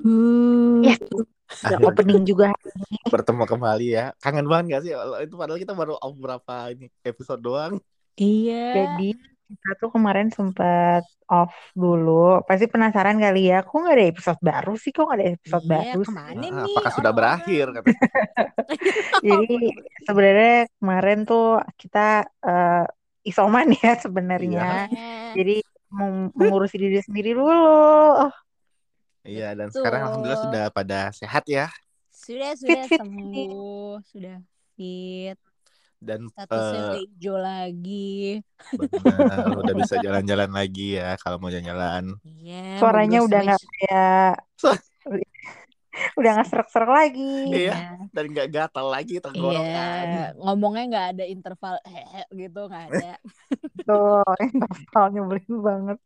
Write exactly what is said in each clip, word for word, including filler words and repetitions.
Uh, Ya, udah opening juga. bertemu kembali ya. Kangen banget gak sih? Itu padahal kita baru off berapa ini episode doang. Iya. Jadi kita tuh kemarin sempat off dulu. Pasti penasaran kali ya. Kok nggak ada episode baru sih? Kok nggak ada episode Iya, baru sih? kemana Ah, nih apakah sudah orang-orang? berakhir katanya? Jadi sebenarnya kemarin tuh kita eh, isoman ya sebenarnya. Iya. Iya. Jadi meng- mengurusi diri sendiri dulu. Oh, Iya, dan sekarang alhamdulillah Betul. sudah pada sehat ya. Sudah fit sudah fit fit. sembuh, sudah fit. Dan Statusnya eh udah hijau lagi. benar udah bisa jalan-jalan lagi ya kalau mau jalan-jalan. Iya, mau Suaranya udah grocery. nggak kayak udah nggak serak-serak lagi. Iya, Iya. dan nggak gatal lagi Iya, tenggorokan. ngomongnya nggak ada interval hehe gitu, nggak ada. Tuh, interval nyebelin banget.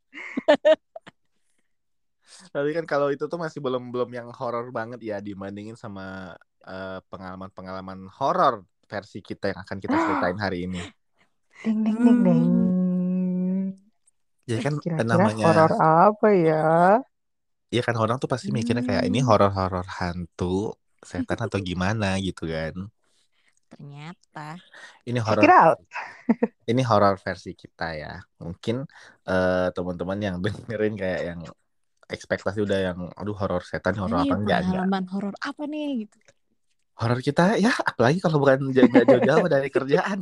Tapi kan kalau itu tuh masih belum belum yang horor banget ya dibandingin sama eh, pengalaman-pengalaman horor versi kita yang akan kita ceritain hari ini. Ding ding ding ding. Jadi kan eh, Kira-kira namanya, horor apa ya? ya kan orang tuh pasti mikirnya kayak ini Hmm, horor-horor hantu, setan atau gimana gitu kan. ternyata. Ini Check horor, it out. ini horor versi kita ya. Mungkin eh, teman-teman yang dengerin kayak yang ekspektasi udah yang aduh horor setan, horor Ini apa enggak enggak. pengalaman horor apa nih gitu. Horor kita ya apalagi kalau bukan j- nggak jauh-jauh dari kerjaan.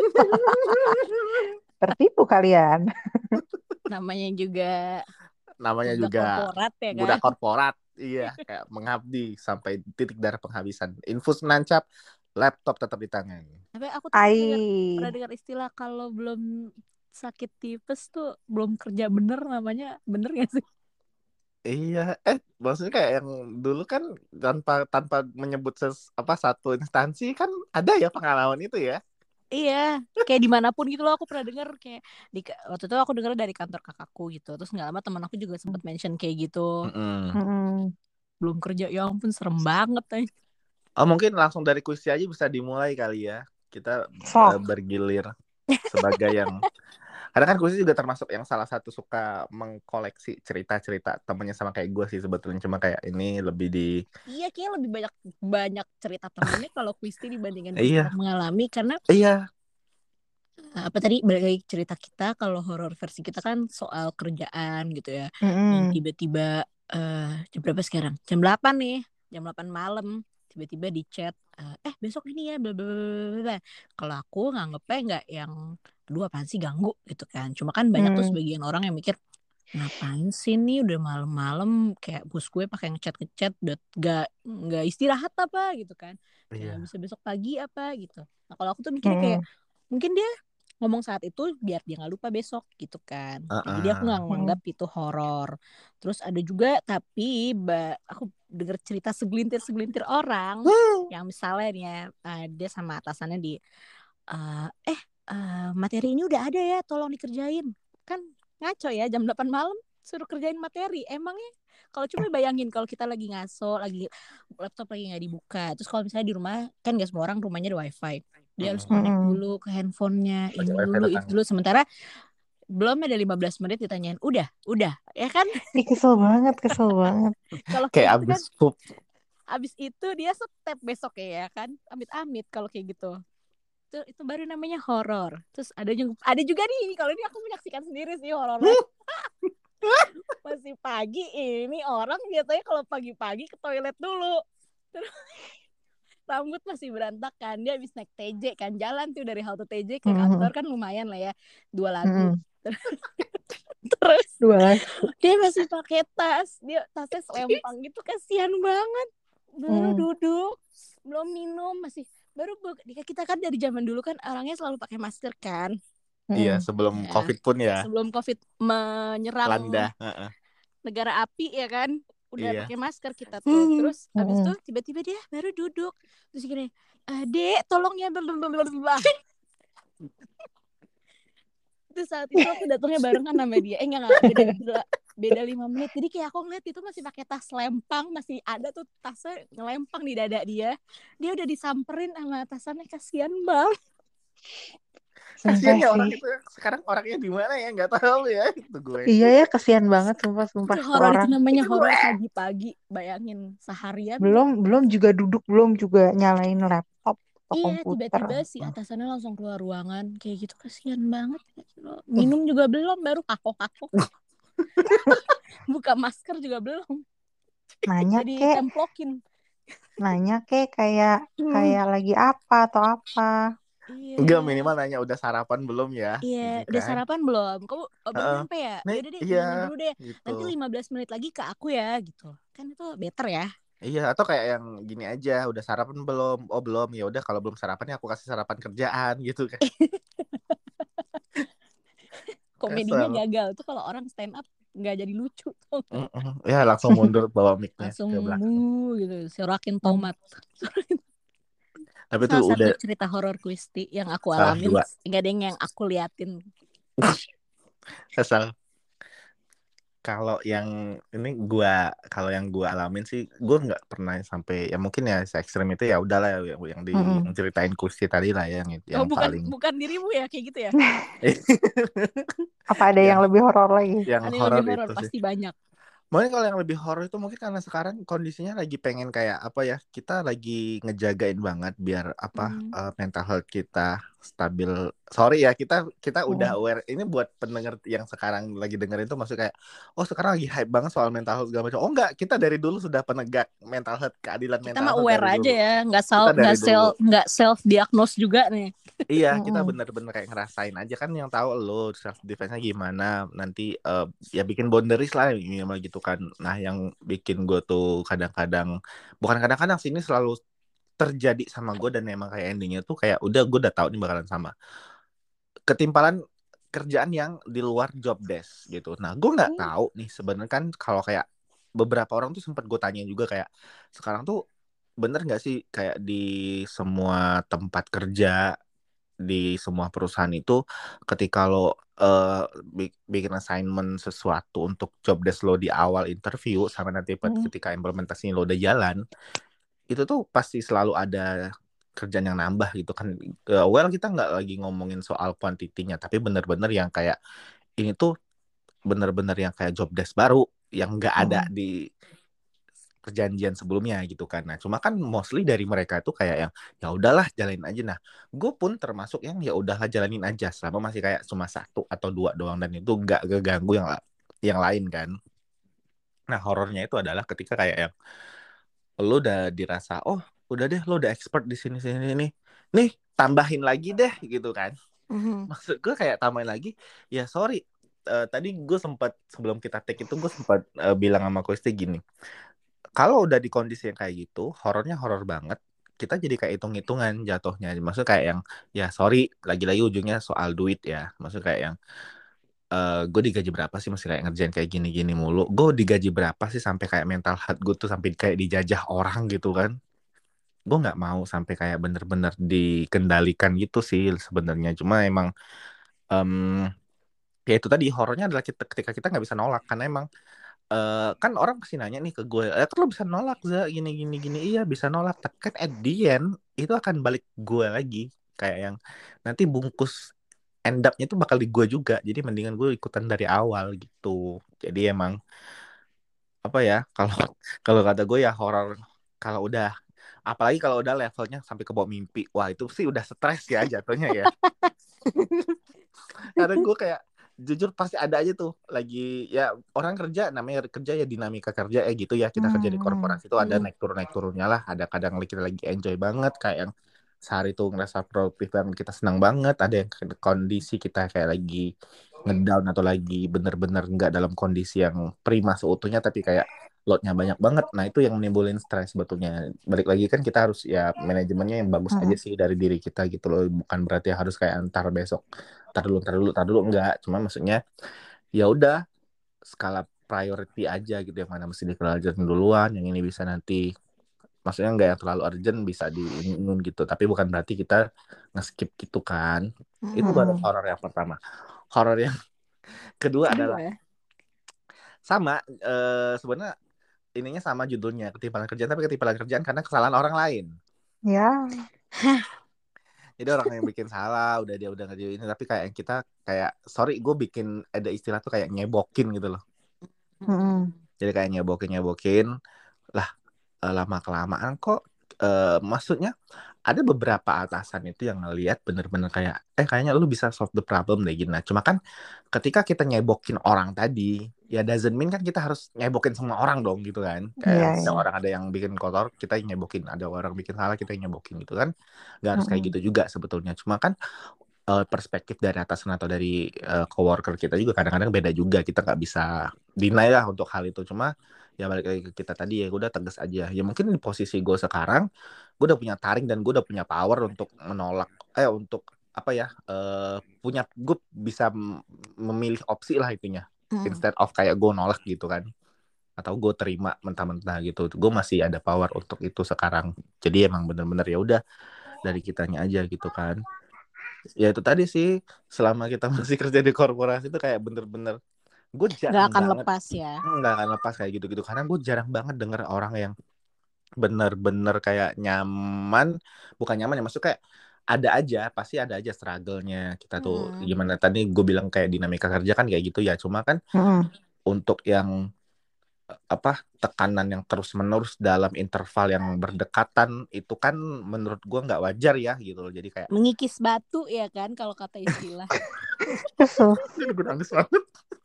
Tertipu kalian. Namanya juga Namanya budak juga korporat ya kan. budak korporat. Iya, kayak mengabdi sampai titik darah penghabisan. Infus menancap, laptop tetap di tangan. Tapi aku tuh pernah dengar pernah Ai. dengar istilah kalau belum sakit tipes tuh belum kerja bener, namanya bener gak sih? Iya, eh maksudnya kayak yang dulu kan tanpa tanpa menyebut ses, apa satu instansi kan ada ya pengalaman itu ya. Iya, kayak dimanapun gitu loh aku pernah dengar kayak di waktu itu aku dengar dari kantor kakakku gitu. Terus nggak lama teman aku juga sempat mention kayak gitu. Mm-mm. Mm-mm. Belum kerja, ya ampun serem banget eh. Oh mungkin langsung dari kuis aja bisa dimulai kali ya. Kita eh, Sok. bergilir sebagai yang karena kan kuis juga termasuk yang salah satu suka mengkoleksi cerita-cerita temennya sama kayak gue sih sebetulnya cuma kayak ini lebih di Iya, kayak lebih banyak banyak cerita temennya kalau Kristi dibandingkan kita iya yang mengalami karena iya eh, apa tadi balik lagi cerita kita kalau horor versi kita kan soal kerjaan gitu ya. Yang Mm-mm. tiba-tiba eh jam berapa sekarang? Jam delapan nih, jam delapan malam tiba-tiba di chat eh eh, besok ini ya bla bla bla bla, bla. Kalau aku nganggepnya nggak yang aduh apaan sih ganggu gitu kan. Cuma kan banyak tuh Mm. sebagian orang yang mikir ngapain sih nih udah malam-malam kayak bos gue pakai ngechat ngechat udah gak nggak istirahat apa gitu kan, kayak nggak iya bisa besok pagi apa gitu. Nah kalau aku tuh mikirnya kayak Mm-mm. mungkin dia ngomong saat itu biar dia nggak lupa besok gitu kan. Nah, jadi aku uh-uh. nggak menganggap itu horor. Terus ada juga tapi ba- aku denger cerita segelintir segelintir orang yang misalnya nih ya, uh, dia sama atasannya di uh, eh uh, materi ini udah ada ya tolong dikerjain. Kan ngaco ya jam delapan malam suruh kerjain materi. Emangnya kalau coba bayangin kalau kita lagi ngaso, lagi laptop lagi nggak dibuka. Terus kalau misalnya di rumah kan gak semua orang rumahnya ada wifi. Dia harus connect Mm-mm. dulu ke handphonenya, Pakai ini wifi dulu, itu tetangga dulu. Sementara belum ada lima belas menit ditanyain, udah, udah, ya kan? Ih, kesel banget, kesel banget. Kalau kayak kayak gitu kan, abis pup abis itu dia step besok ya kan? Amit-amit kalau kayak gitu. Itu, itu baru namanya horor. Terus ada juga, ada juga nih, kalau ini aku menyaksikan sendiri sih horornya. Masih pagi ini orang biasanya kalau pagi-pagi ke toilet dulu. Terus rambut masih berantakan, dia habis naik T J kan, jalan tuh dari halte T J ke kantor Mm-mm. kan lumayan lah ya, dua lagu. Mm-mm. Terus Dua lagi. dia masih pakai tas, dia tasnya selempang gitu, kasihan banget. Baru Mm. duduk, belum minum, masih baru bu- kita kan dari zaman dulu kan orangnya selalu pakai masker kan. iya Mm-mm. sebelum Ya, covid pun ya sebelum COVID menyerang Landa uh-uh. negara api ya kan, udah iya pakai masker kita tuh. Terus abis itu Mm-mm. tiba-tiba dia baru duduk, terus gini, "Eh, dek tolong ya blablabla." Itu saat itu aku datangnya barengan sama dia, eh nggak nggak beda beda lima menit. Jadi kayak aku ngeliat itu masih pakai tas lempang, masih ada tuh tasnya ngelempang di dada dia. Dia udah disamperin sama atasannya, kasihan banget. Sumpah Kasiannya orang sih. itu sekarang orangnya di mana ya nggak tahu ya itu gue. Iya ya, kesian banget sumpah sumpah Itu tuh horor, itu orang. namanya Itu horor gue. pagi-pagi. Bayangin seharian tuh. Belum belum juga duduk, belum juga nyalain laptop atau Iya, komputer. tiba-tiba si atasannya langsung keluar ruangan kayak gitu, kasihan banget. Minum juga belum, baru kako-kako. Buka masker juga belum. Nanya Jadi kek, templokin. nanya kek kayak kayak lagi apa atau apa. Enggak, Iya. minimal nanya udah sarapan belum ya Iya, gitu udah kan. sarapan belum? Kamu oh, baru Heeh. nyampe ya? Nih, Yaudah deh, iya nanya dulu deh. gitu. Nanti lima belas menit lagi ke aku ya, gitu. Kan itu better ya. Iya, atau kayak yang gini aja, udah sarapan belum? Oh, belum. Ya udah kalau belum sarapan ya aku kasih sarapan kerjaan gitu kan. Komedinya Kesel. gagal tuh kalau orang stand up nggak jadi lucu tuh. Mm-mm. Ya langsung mundur bawa mic-nya Langsung ke belakang. bu gitu, sorakin tomat. Tapi Itu tuh salah satu udah cerita horor Kristi yang aku salah alamin. dua. Enggak ada yang aku liatin. Kesel. Kalau yang ini gua kalau yang gua alamin sih gua nggak pernah sampai ya mungkin ya se ekstrim itu ya udahlah yang, yang Mm-mm. diceritain Kusti tadi lah ya, yang Oh yang bukan paling bukan dirimu ya kayak gitu ya? Apa ada yang yang lebih horor lagi? yang Ada yang horor lebih horor itu sih. pasti banyak. Mungkin kalau yang lebih horor itu mungkin karena sekarang kondisinya lagi pengen kayak apa ya, kita lagi ngejagain banget biar apa Hmm. uh, mental health kita stabil. Sorry ya, kita kita udah Mm. aware. Ini buat pendengar yang sekarang lagi dengerin itu maksud kayak oh sekarang lagi hype banget soal mental health segala macam. Oh enggak, kita dari dulu sudah penegak mental health, keadilan Kita mental mah health dari aware aja dulu. ya, nggak self Kita nggak dari self dulu. nggak self diagnose juga nih. Iya, kita Mm-mm. bener-bener kayak ngerasain aja kan, yang tahu lo self defense-nya gimana. Nanti uh, ya bikin boundaries lah minimal gitu kan. Nah, yang bikin gue tuh kadang-kadang, bukan kadang-kadang sih, ini selalu terjadi sama gue dan emang kayak endingnya tuh kayak udah gue udah tahu nih bakalan sama. Ketimpalan kerjaan yang di luar job desk gitu. Nah, gue nggak Hmm. tahu nih sebenarnya kan kalau kayak beberapa orang tuh sempat gue tanya juga kayak sekarang tuh bener nggak sih kayak di semua tempat kerja, di semua perusahaan itu ketika lo uh, bikin assignment sesuatu untuk job desk lo di awal interview sama nanti Mm. ketika implementasinya lo udah jalan, itu tuh pasti selalu ada kerjaan yang nambah gitu kan. Uh, well kita nggak lagi ngomongin soal kuantitinya, tapi bener-bener yang kayak ini tuh bener-bener yang kayak job desk baru yang nggak ada Mm. di perjanjian sebelumnya gitu kan. Nah, cuma kan mostly dari mereka itu kayak yang ya udahlah jalanin aja. Nah, gue pun termasuk yang ya udahlah jalanin aja selama masih kayak cuma satu atau dua doang dan itu nggak keganggu yang yang lain kan. Nah, horornya itu adalah ketika kayak yang lo udah dirasa oh udah deh lo udah expert di sini sini nih, nih tambahin lagi deh gitu kan. Mm. Maksud gue kayak tambahin lagi ya sorry. Uh, tadi gue sempat sebelum kita take itu gue sempat uh, bilang sama Kusti gini, kalau udah di kondisi yang kayak gitu, horornya horor banget. Kita jadi kayak hitung-hitungan jatuhnya. Maksudnya kayak yang, ya sorry, lagi-lagi ujungnya soal duit ya. Maksudnya kayak yang, uh, gue digaji berapa sih masih kayak ngerjain kayak gini-gini mulu. Gue digaji berapa sih sampai kayak mental health gue tuh sampai kayak dijajah orang gitu kan. Gue nggak mau sampai kayak bener-bener dikendalikan gitu sih sebenarnya. Cuma emang, um, ya itu tadi horornya adalah kita, ketika kita nggak bisa nolak. Karena emang Uh, kan orang pasti nanya nih ke gue, eh, kan lo bisa nolak Za, gini gini gini, iya bisa nolak, tapi kan at the end itu akan balik gue lagi, kayak yang nanti bungkus end up-nya itu bakal di gue juga, jadi mendingan gue ikutan dari awal gitu. Jadi emang apa ya, kalau kalau kata gue ya horor kalau udah, apalagi kalau udah levelnya sampai ke bawah mimpi, wah itu sih udah stres ya jatuhnya ya. Karena gue kayak jujur pasti ada aja tuh lagi ya orang kerja, namanya kerja ya dinamika kerja ya gitu ya, kita kerja di korporasi itu ada Hmm. naik turun naik turunnya lah, ada kadang kita lagi enjoy banget kayak yang sehari tuh ngerasa produktif banget, kita senang banget, ada yang kondisi kita kayak lagi ngedown atau lagi bener-bener nggak dalam kondisi yang prima seutuhnya tapi kayak loadnya banyak banget. Nah itu yang menimbulin stres sebetulnya. Balik lagi kan kita harus ya manajemennya yang bagus aja Mm. sih dari diri kita gitu loh, bukan berarti harus kayak antar besok tar dulu tar dulu tar dulu enggak, cuma maksudnya ya udah skala priority aja gitu, yang mana mesti dikerjain duluan, yang ini bisa nanti, maksudnya enggak yang terlalu urgent bisa diinun gitu, tapi bukan berarti kita nge-skip gitu kan. Itu baru Mm. horor yang pertama. Horor yang kedua Kedua adalah ya. sama, eh, sebenarnya ininya sama judulnya, ketimpangan kerjaan, tapi ketimpangan kerjaan karena kesalahan orang lain. Ya. Jadi orang yang bikin salah, udah dia udah ngerjain ini, tapi kayak kita kayak sorry gue bikin ada istilah tuh kayak nyebokin gitu loh. Mm-mm. Jadi kayak nyebokin nyebokin lah eh, lama kelamaan kok eh, maksudnya ada beberapa atasan itu yang ngelihat bener-bener kayak eh kayaknya lu bisa solve the problem deh gini. Nah, cuma kan ketika kita nyebokin orang tadi, ya doesn't mean kan kita harus nyebokin semua orang dong gitu kan. Kayak Iya, ada iya. orang ada yang bikin kotor, kita yang nyebokin, ada orang bikin salah kita yang nyebokin gitu kan. Nggak harus kayak Mm-mm. gitu juga sebetulnya. Cuma kan eh, perspektif dari atasan atau dari eh, coworker kita juga kadang-kadang beda juga. Kita nggak bisa deny lah untuk hal itu. Cuma ya balik lagi ke kita tadi ya gue udah tegas aja. Ya mungkin di posisi gue sekarang gue udah punya taring dan gue udah punya power untuk menolak eh untuk apa ya eh, punya gue bisa m- memilih opsi lah itunya Mm. instead of kayak gue nolak gitu kan atau gue terima mentah-mentah gitu gue masih ada power untuk itu sekarang jadi emang bener-bener ya udah dari kitanya aja gitu kan ya itu tadi sih selama kita masih kerja di korporasi itu kayak bener-bener gue Nggak jarang akan banget lepas ya. nggak akan lepas kayak gitu-gitu karena gue jarang banget denger orang yang bener-bener kayak nyaman bukan nyaman ya maksudnya kayak ada aja pasti ada aja struggle-nya kita tuh Mm. gimana tadi gue bilang kayak dinamika kerja kan kayak gitu ya cuma kan Mm-mm. untuk yang apa tekanan yang terus menerus dalam interval yang berdekatan itu kan menurut gue nggak wajar ya gitu loh jadi kayak Mengikis batu ya kan kalau kata istilah. Kesel. ini gue nangis banget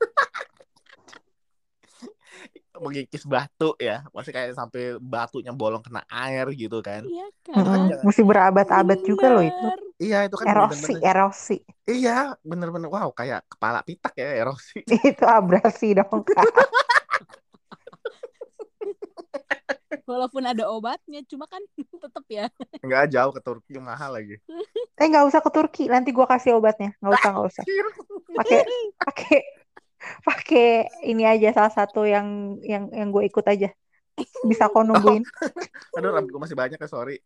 mengikis batu ya masih kayak sampai batunya bolong kena air gitu kan Iya itu kan Mm-mm. kan? jangan Mesti berabad-abad juga loh itu. Bener. iya itu kan Erosi, bener-bener erosi. iya bener-bener wow kayak kepala pitak ya erosi Itu abrasi dong, Kak. Walaupun ada obatnya, cuma kan tetap ya. nggak jauh ke Turki mahal lagi Eh, nggak usah ke Turki, nanti gua kasih obatnya. Nggak usah, nggak usah. Pakai, pakai, pakai ini aja salah satu yang yang yang gue ikut aja. Bisa kau oh, nungguin. aduh rambut gue masih banyak ya sorry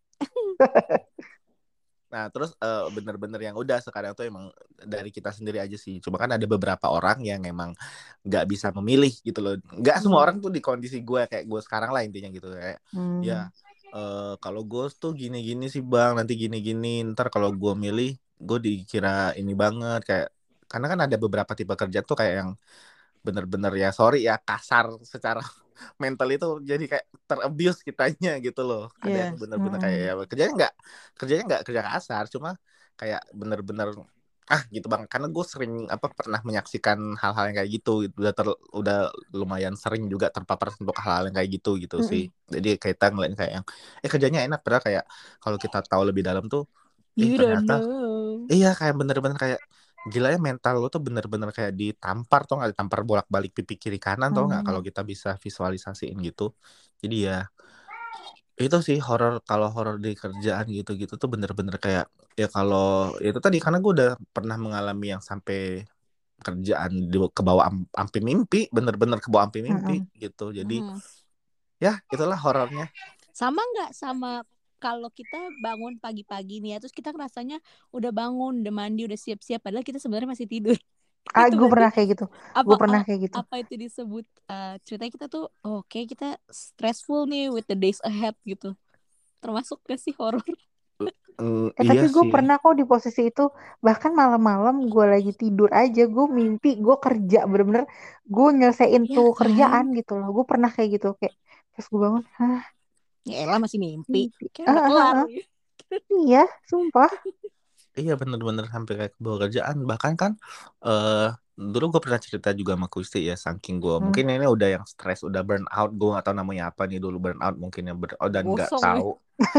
nah terus eh, bener-bener yang udah sekarang tuh emang dari kita sendiri aja sih cuma kan ada beberapa orang yang emang nggak bisa memilih gitu loh nggak semua Hmm. orang tuh di kondisi gue kayak gue sekarang lah intinya gitu kayak Hmm. ya eh, kalau gue tuh gini-gini sih bang nanti gini-gini ntar kalau gue milih gue dikira ini banget kayak karena kan ada beberapa tipe kerja tuh kayak yang bener-bener ya sorry ya kasar secara mental itu jadi kayak terabuse kitanya gitu loh ada Iya. yang bener-bener Mm-mm. kayak ya kerjanya nggak kerjanya nggak kerja kasar cuma kayak bener-bener ah gitu bang karena gue sering apa pernah menyaksikan hal-hal yang kayak gitu udah ter, udah lumayan sering juga terpapar untuk hal-hal yang kayak gitu gitu Mm-mm. sih jadi kita ngeliat kayak yang eh kerjanya enak padahal kayak kalau kita tahu lebih dalam tuh eh You don't ternyata know. iya kayak bener-bener kayak gila ya mental lo tuh bener-bener kayak ditampar tuh nggak ditampar bolak-balik pipi kiri kanan tuh nggak Hmm. kalau kita bisa visualisasiin gitu jadi ya itu sih horor kalau horor di kerjaan gitu-gitu tuh bener-bener kayak ya kalau itu tadi karena gue udah pernah mengalami yang sampai kerjaan di ke bawah am, ampi mimpi bener-bener ke bawah ampi mimpi Mm-mm. gitu jadi Mm. ya itulah horornya Sama nggak sama kalau kita bangun pagi-pagi nih ya, terus kita rasanya udah bangun, udah mandi, udah siap-siap, padahal kita sebenarnya masih tidur. Ah, Itu gue berarti pernah kayak gitu. apa Gue pernah a- kayak gitu. apa itu disebut eh, ceritanya kita tuh oke kita stressful nih with the days ahead gitu. Termasuk gak sih horor? Mm, Eh, iya tapi gue sih pernah kok di posisi itu. Bahkan malam-malam gue lagi tidur aja. Gue mimpi, gue kerja. Bener-bener gue nyelesain Ya tuh kan? kerjaan gitu loh. Gue pernah kayak gitu. Kayak pas gue bangun, hah, Ya elah masih mimpi. mimpi. Kayak Ah, udah ah, kelar. ah, ah. Iya, sumpah. iya bener-bener sampai kayak kebawa kerjaan bahkan kan eh dulu gue pernah cerita juga sama Kusti ya saking gue Hmm. mungkin ini udah yang stres udah burn out gue nggak tahu namanya apa nih dulu burn out mungkin yang burn out dan nggak Gosong ya. tahu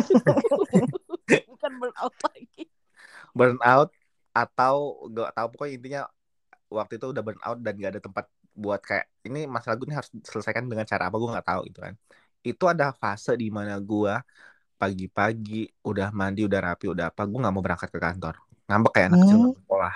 Bukan burnout lagi. burn out atau nggak tahu pokoknya intinya waktu itu udah burn out dan nggak ada tempat buat kayak ini masalah gue ini harus diselesaikan dengan cara apa gue nggak tahu gitu kan itu ada fase di mana gue pagi-pagi udah mandi udah rapi udah apa gue nggak mau berangkat ke kantor ngambek kayak anak kecil Hmm. nggak mau sekolah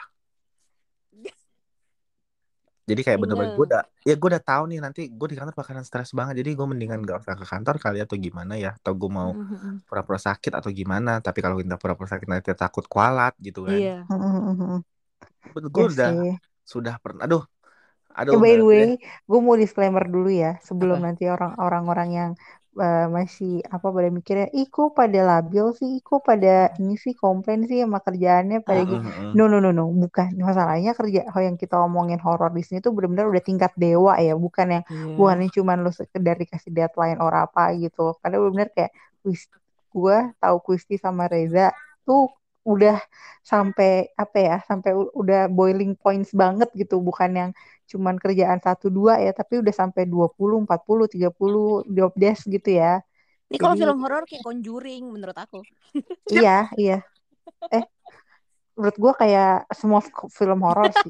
jadi kayak bener-bener gue Bener. udah ya gue udah tahu nih nanti gue di kantor bakalan stres banget jadi gue mendingan gak usah ke kantor kali atau gimana ya atau gue mau Mhm. pura-pura sakit atau gimana tapi kalau kita pura-pura sakit nanti takut kualat gitu kan Iya. Hmm, hmm, hmm, hmm. gue Ya udah sih. sudah pernah aduh Eh, aduh by nggak the ngerti way, deh gue mau disclaimer dulu ya. Sebelum Apa? nanti orang orang-orang yang uh, masih apa pada mikirnya, ih kok pada labil sih, kok pada ini sih komplain sih sama kerjaannya pada gitu. Mm-mm. No no no no, bukan masalahnya kerja oh, yang kita omongin horor di sini tuh benar-benar udah tingkat dewa ya, bukan yang Iya. bukan yang cuman lu sekedar dikasih deadline or apa gitu. Karena benar-benar kayak Kwis- gue tahu Kwisti sama Reza tuh udah sampai apa ya, sampai u- udah boiling points banget gitu, bukan yang cuman kerjaan satu dua ya, tapi udah sampai dua puluh, empat puluh, tiga puluh job desk gitu ya. Ini kalau Jadi film horor kayak Conjuring menurut aku. iya, iya. Eh, menurut gue kayak semua f- film horor sih.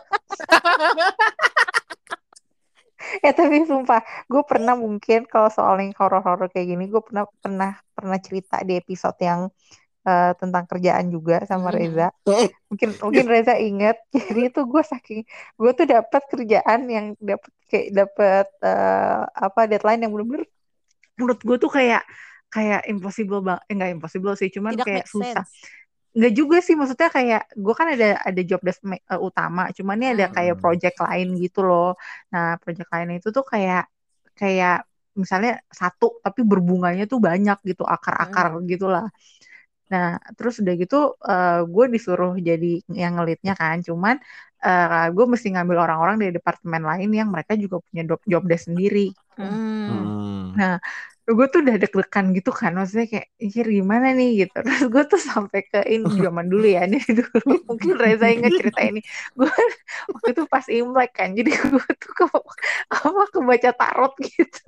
Eh tapi sumpah, gue pernah mungkin kalau soal yang horor-horor kayak gini, gue pernah pernah pernah cerita di episode yang eh, tentang kerjaan juga sama Mhm. Reza. Mungkin mungkin Reza inget. Jadi itu gue saking gue tuh dapat kerjaan yang dapat kayak dapat eh, apa deadline yang bener-bener menurut gue tuh kayak kayak impossible banget. Enggak impossible sih, cuman Tidak kayak make susah. sense. Nggak juga sih, maksudnya kayak gue kan ada ada job desk me- eh, utama, cuman ini ada Hmm. kayak Mm. project lain gitu loh. Nah, project lain itu tuh kayak kayak misalnya satu tapi berbunganya tuh banyak gitu, akar-akar Hmm. gitulah. Nah, terus udah gitu gue disuruh jadi yang ngelitnya kan, cuman gue mesti ngambil orang-orang dari departemen lain yang mereka juga punya job, job desk sendiri. Hmm. Mm. Nah, gue tuh udah deg-degan gitu kan, maksudnya kayak, "Ih, gimana nih?" gitu. Terus gue tuh sampai ke ini zaman dulu ya, ini dulu mungkin Reza inget cerita ini. Gue waktu itu pas Imlek kan, jadi gue tuh ke, apa kebaca tarot gitu.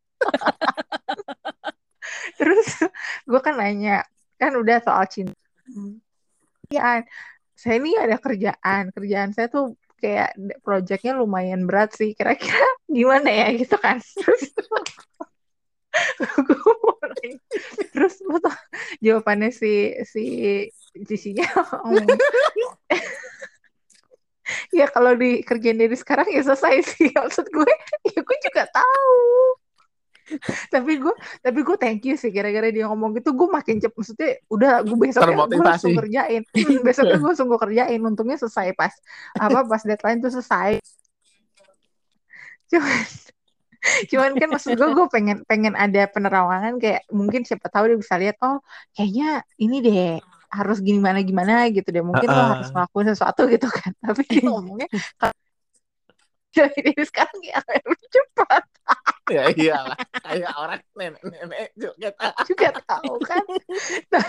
Terus gue kan nanya, kan udah soal cinta. Ya, saya ini ada kerjaan, kerjaan saya tuh kayak projectnya lumayan berat sih. Kira-kira gimana ya gitu kan? Terus gue mau nanya. Terus lo tau jawabannya si si Cicinya ngomong, ya kalau dikerjain dari sekarang ya selesai sih. Maksud gue, ya gue juga tahu. tapi gue tapi gue thank you sih, gara-gara dia ngomong gitu gue makin cepet, maksudnya udah gue besoknya gue langsung Termotivasi. kerjain. Hmm, besoknya gue langsung gue kerjain, untungnya selesai pas apa pas deadline tuh selesai. Cuman cuman kan maksud gue gue pengen pengen ada penerawangan, kayak mungkin siapa tahu dia bisa lihat, oh kayaknya ini deh harus gimana gimana gitu deh, mungkin lo harus Uh-uh. ngelakuin sesuatu gitu kan. Tapi dia ngomongnya kalau ini sekarang ya lebih cepat. Ya iyalah, kayak orang nenek-nenek juga. Juga tahu kan. Nah,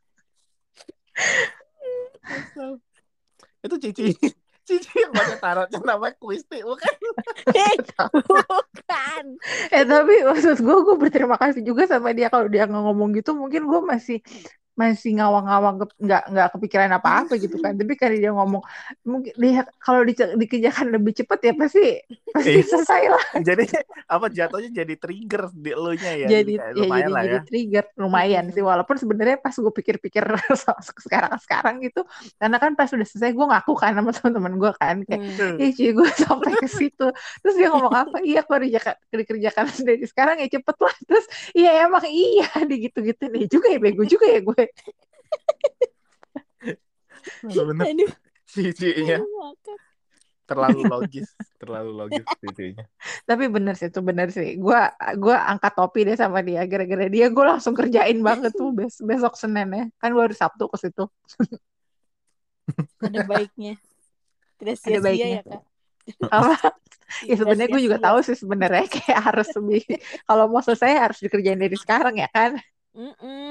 Itu Cici. Cici yang baca tarot yang namanya Kwisti, bukan? Bukan. eh tapi maksud gue gue berterima kasih juga sama dia, kalau dia nggak ngomong gitu mungkin gue masih masih ngawang-ngawang, ke- nggak nggak kepikiran apa-apa gitu kan. Tapi kan dia ngomong mungkin dia kalau di, dikerjakan lebih cepat ya pasti pasti selesai lah. Jadi apa jatuhnya jadi trigger di elunya ya. Jadi kayak ya lumayan jadi lah jadi ya. trigger lumayan Hmm. sih, walaupun sebenarnya pas gue pikir-pikir sekarang sekarang gitu, karena kan pas udah selesai gue ngaku kan sama teman-teman gue kan kayak, Hmm. ih cuy gue sampai ke situ. Terus dia ngomong apa, iya kalau dikerjakan, dikerjakan dari sekarang ya cepet lah. Terus iya emang iya digitu-gitu nih juga ya, bego juga ya gue. Bener-bener Aduh, Cici-nya aduh, makan. terlalu logis, terlalu logis Cici-nya. Tapi bener sih, itu bener sih. Gue gue angkat topi deh sama dia, gara-gara dia gue langsung kerjain banget tuh bes besok Senin ya. Kan baru Sabtu ke situ. Ada baiknya. Tidak Ada sia-sia baiknya. ya kak. Apa? Ya Tidak sebenarnya gue juga sia-sia. tahu sih sebenarnya kayak harus lebih, kalau mau selesai harus dikerjain dari sekarang ya kan. Mm-mm.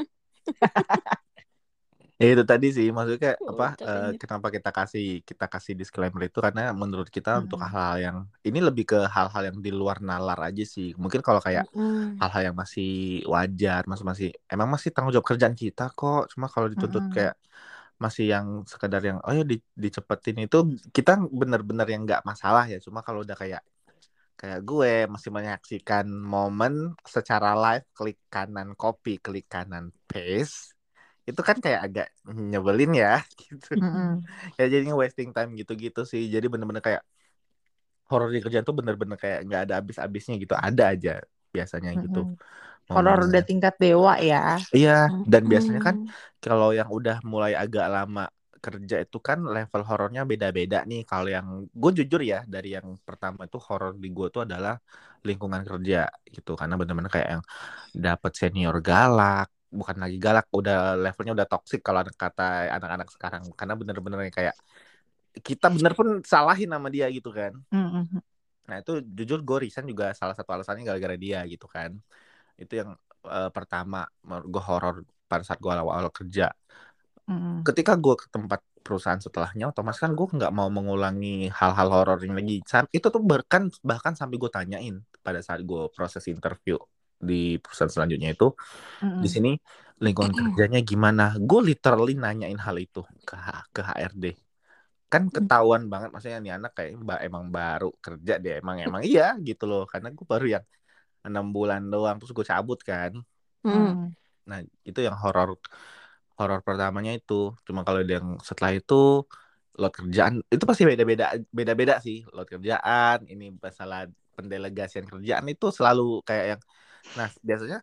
Ya itu tadi sih maksudnya apa Kocak eh, anjir. kenapa kita kasih kita kasih disclaimer itu karena menurut kita untuk Mm-mm. hal-hal yang ini lebih ke hal-hal yang di luar nalar aja sih. Mungkin kalau kayak Mm-mm. hal-hal yang masih wajar, masih masih emang masih tanggung jawab kerjaan kita kok. Cuma kalau dituntut Mm-mm. kayak masih yang sekedar yang oh ya di, dicepetin itu kita benar-benar yang nggak masalah ya. Cuma kalau udah kayak kayak gue masih menyaksikan momen secara live, klik kanan copy, klik kanan paste, itu kan kayak agak nyebelin ya gitu. Mm-mm. Ya jadinya wasting time gitu-gitu sih. Jadi bener-bener kayak horor di kerjaan tuh bener-bener kayak nggak ada habis-habisnya gitu. Ada aja biasanya gitu Mm-mm. Horor udah momennya. tingkat dewa ya. Iya, dan biasanya kan Mm. kalau yang udah mulai agak lama kerja itu kan level horornya beda-beda nih. Kalau yang gue jujur ya, dari yang pertama itu horor di gue tuh adalah lingkungan kerja gitu, karena bener-bener kayak yang dapet senior galak, bukan lagi galak, udah levelnya udah toxic kalau kata anak-anak sekarang, karena bener-bener kayak kita bener pun salahin sama dia gitu kan. Mm-mm. Nah itu jujur gue resign juga salah satu alasannya gara-gara dia gitu kan. Itu yang uh, pertama menurut gue horor pada saat gue awal-awal kerja. Mm-mm. Ketika gue ke tempat perusahaan setelahnya, otomatis kan gue nggak mau mengulangi hal-hal horor ini lagi. Itu tuh bahkan bahkan sampai gue tanyain pada saat gue proses interview di perusahaan selanjutnya itu, di Mm-mm. sini lingkungan kerjanya gimana? Gue literally nanyain hal itu ke ke H R D. Kan ketahuan banget, maksudnya nih anak kayak mbak emang baru kerja dia, emang emang iya gitu loh, karena gue baru yang enam bulan doang terus gue cabut kan. Mm-mm. Nah itu yang horor horor pertamanya itu. Cuma kalau yang setelah itu load kerjaan itu pasti beda-beda beda-beda sih. Load kerjaan ini masalah pendelegasian kerjaan itu selalu kayak yang, nah biasanya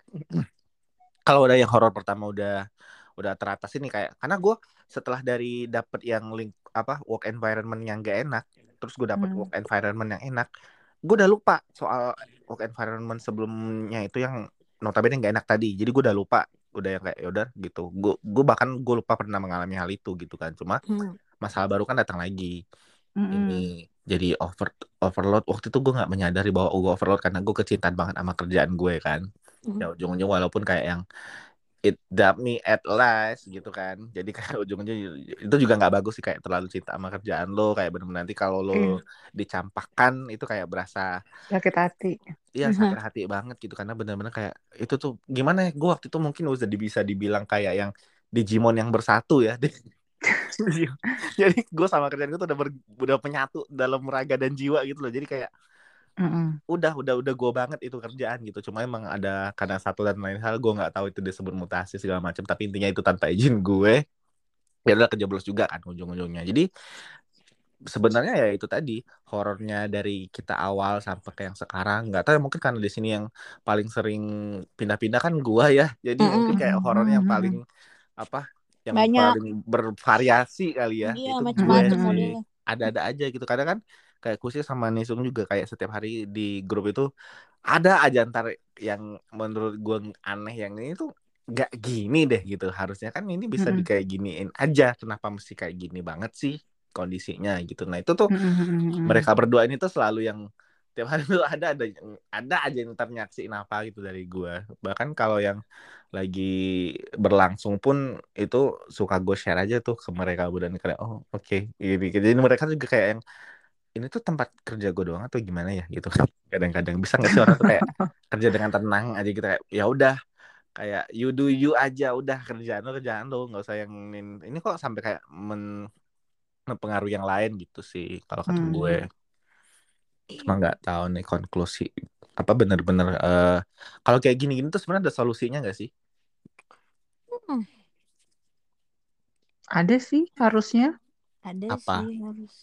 kalau udah yang horor pertama udah udah teratas ini kayak, karena gue setelah dari dapet yang link apa work environment yang gak enak, terus gue dapet Mm. work environment yang enak, gue udah lupa soal work environment sebelumnya itu yang notabene gak enak tadi. Jadi gue udah lupa, udah yang kayak yaudah gitu. Gue gue bahkan gue lupa pernah mengalami hal itu gitu kan. Cuma masalah baru kan datang lagi. Mm-mm. Ini jadi over overload. Waktu itu gue nggak menyadari bahwa gue overload karena gue kecintaan banget sama kerjaan gue kan. Ya ujung-ujung walaupun kayak yang it dumped me at last gitu kan. Jadi kayak ujungnya itu juga nggak bagus sih, kayak terlalu cinta sama kerjaan lo, kayak bener-bener nanti kalau lo Iya. dicampakkan itu kayak berasa Sakit hati. iya sakit hati banget gitu, karena bener-bener kayak itu tuh gimana ya, gue waktu itu mungkin udah bisa dibilang kayak yang Digimon yang bersatu ya. Jadi gue sama kerjaan gue tuh udah ber, udah penyatu dalam raga dan jiwa gitu loh. Jadi kayak Mm-mm. udah udah udah gue banget itu kerjaan gitu. Cuma emang ada karena satu dan lain hal gue nggak tahu itu disebut mutasi segala macam, tapi intinya itu tanpa izin gue ya udah kejeblos juga kan ujung-ujungnya. Jadi sebenarnya ya itu tadi horornya dari kita awal sampai ke yang sekarang, nggak tahu ya, mungkin karena di sini yang paling sering pindah-pindah kan gue ya, jadi mungkin kayak horornya yang paling apa yang Banyak. paling bervariasi kali ya. Iya, Itu gue macam-macam sih modelnya. ada-ada aja gitu, kadang kan kayak Kusi sama Nisung juga kayak setiap hari di grup itu ada aja ntar yang menurut gue aneh, yang ini tuh nggak gini deh gitu, harusnya kan ini bisa di Mm-mm. kayak giniin aja, kenapa mesti kayak gini banget sih kondisinya gitu. Nah itu tuh Mm-mm. mereka berdua ini tuh selalu yang tiap hari tuh ada ada ada aja yang ntar nyaksiin apa gitu dari gue. Bahkan kalau yang lagi berlangsung pun itu suka gue share aja tuh ke mereka dan kayak oh oke okay. Jadi mereka juga kayak yang ini tuh tempat kerja gue doang atau gimana ya gitu. Kadang-kadang bisa nggak sih orang tuh kayak kerja dengan tenang aja gitu, kayak ya udah kayak you do you aja, udah kerjaan lo kerjaan lo, nggak usah yang ini kok sampai kayak men mempengaruhi yang lain gitu sih kalau kata Hmm. gue. Cuma nggak tahu nih konklusi apa bener-bener uh, kalau kayak gini-gini tuh sebenarnya ada solusinya nggak sih? Hmm, Ada sih harusnya. ada Apa? sih harus.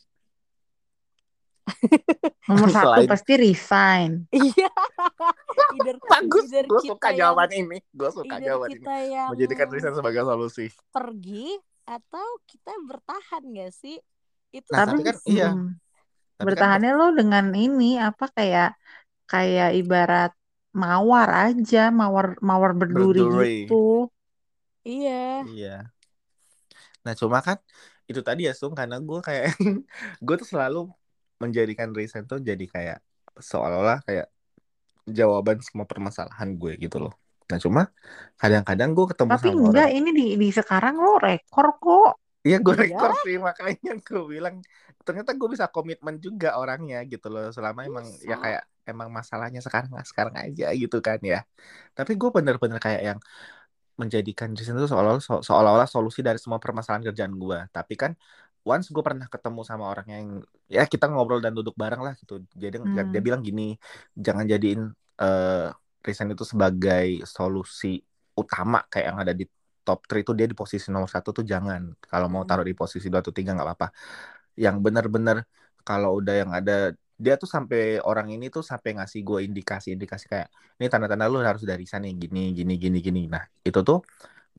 Nomor satu Selain pasti resign. Iya. Either, bagus, either gue kita suka yang, jawaban ini, gue suka either jawaban ini, kita yang menjadikan riset sebagai solusi. pergi atau kita bertahan gak sih? Itu Nah Tapi tapi kan mm, iya, tapi kan bertahannya lo dengan ini apa kayak kayak ibarat mawar aja, mawar mawar berduri berduri. gitu. iya. Iya. Nah cuma kan itu tadi ya Sung, karena gue kayak gue tuh selalu menjadikan riset tuh jadi kayak seolah-olah kayak jawaban semua permasalahan gue gitu loh. Nah cuma kadang-kadang gue ketemu Tapi sama enggak, orang, ini di, di sekarang lo rekor kok. iya gue Iya. rekor sih, makanya gue bilang ternyata gue bisa komitmen juga orangnya gitu loh, selama emang ya Bisa. kayak emang masalahnya sekarang sekarang aja gitu kan ya. Tapi gue bener-bener kayak yang menjadikan di situ seolah-olah so- seolah-olah solusi dari semua permasalahan kerjaan gue. Tapi kan once gue pernah ketemu sama orang yang ya kita ngobrol dan duduk bareng lah gitu. Jadi dia Hmm. bilang gini, jangan jadiin eh resign itu sebagai solusi utama kayak yang ada di top tiga itu, dia di posisi nomor satu tuh jangan. Kalau mau taruh di posisi dua atau tiga nggak apa-apa. Yang benar-benar kalau udah yang ada, dia tuh sampai orang ini tuh sampai ngasih gue indikasi-indikasi kayak ini tanda-tanda lu harus dari sana yang gini gini gini gini. Nah itu tuh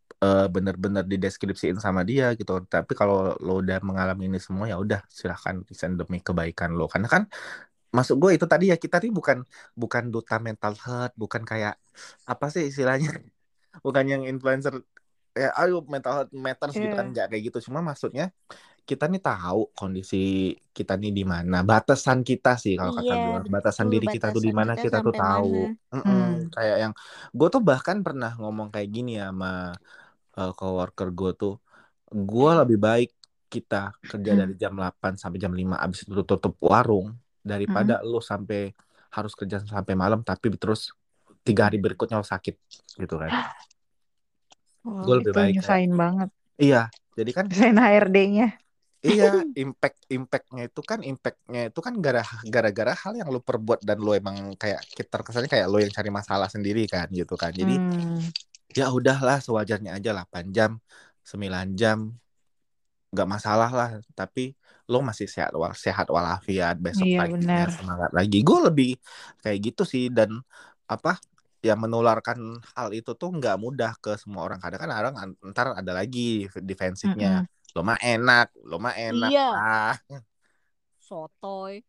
uh, bener-bener dideskripsiin sama dia gitu. Tapi kalau lo udah mengalami ini semua ya udah silahkan resign demi kebaikan lo. Karena kan masuk gue itu tadi ya kita nih bukan bukan duta mental health, bukan kayak apa sih istilahnya, bukan yang influencer ya ayo mental health matters gitu kan, Iya. nggak kayak gitu. Cuma maksudnya kita nih tahu kondisi kita nih di mana, batasan kita sih kalau kata Iya, gue, batasan betul. diri kita tuh di Batasan mana kita kita tuh sampai mana? tahu. Hmm. Mm-mm. Kayak yang gue tuh bahkan pernah ngomong kayak gini ya sama uh, coworker gue tuh, gue lebih baik kita kerja Hmm. dari jam delapan sampai jam lima abis itu tutup warung daripada Hmm. lo sampai harus kerja sampai malam tapi terus tiga hari berikutnya lo sakit gitu kan. Oh, Gue lebih itu baik kayak nyusahin banget. iya, jadi kan Nyusahin H R D-nya. iya, impact impactnya itu kan impactnya itu kan gara gara-gara hal yang lo perbuat dan lo emang kayak kita kesannya kayak lo yang cari masalah sendiri kan gitu kan. Jadi Hmm. ya udahlah sewajarnya aja delapan jam, sembilan jam nggak masalah lah, tapi lo masih sehat wal sehat walafiat, besok Iya paginya benar. semangat lagi. Gue lebih kayak gitu sih. Dan apa yang menularkan hal itu tuh nggak mudah ke semua orang. Kadang kan orang an- ntar ada lagi defensifnya, Mm-mm. lo mah enak, lo mah enak Iya, ah. sotoy.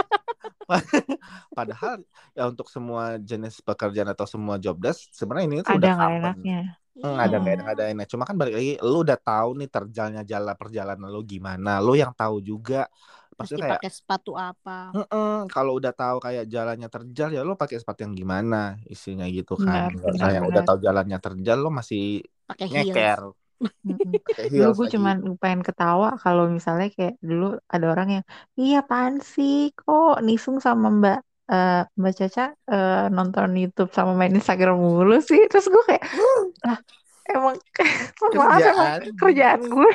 Padahal ya untuk semua jenis pekerjaan atau semua job desk sebenarnya ini tuh Ada udah nggak common. enaknya? Hmm, Iya. ada nggak ada nggak ada enak. Cuma kan balik lagi, lu udah tahu nih terjalnya jalan perjalanan lu gimana, lu yang tahu juga. Mesti Maksudnya kayak, pakai sepatu apa? "Mm-mm, kalau udah tahu kayak jalannya terjal ya lu pakai sepatu yang gimana, isinya gitu kan. Benar, Nggak usah benar, yang udah benar. tahu jalannya terjal lu masih Pakai heels. nyeker, Mm-mm. pakai Dulu heels gue lagi." cuman pengen ketawa kalau misalnya kayak dulu ada orang yang, iya apaan sih kok Nisung sama Mbak eh, Mbak Caca eh, nonton YouTube sama main Instagram mulu sih. Terus gue kayak, lah emang maaf emang Kerjaan. kerjaan gue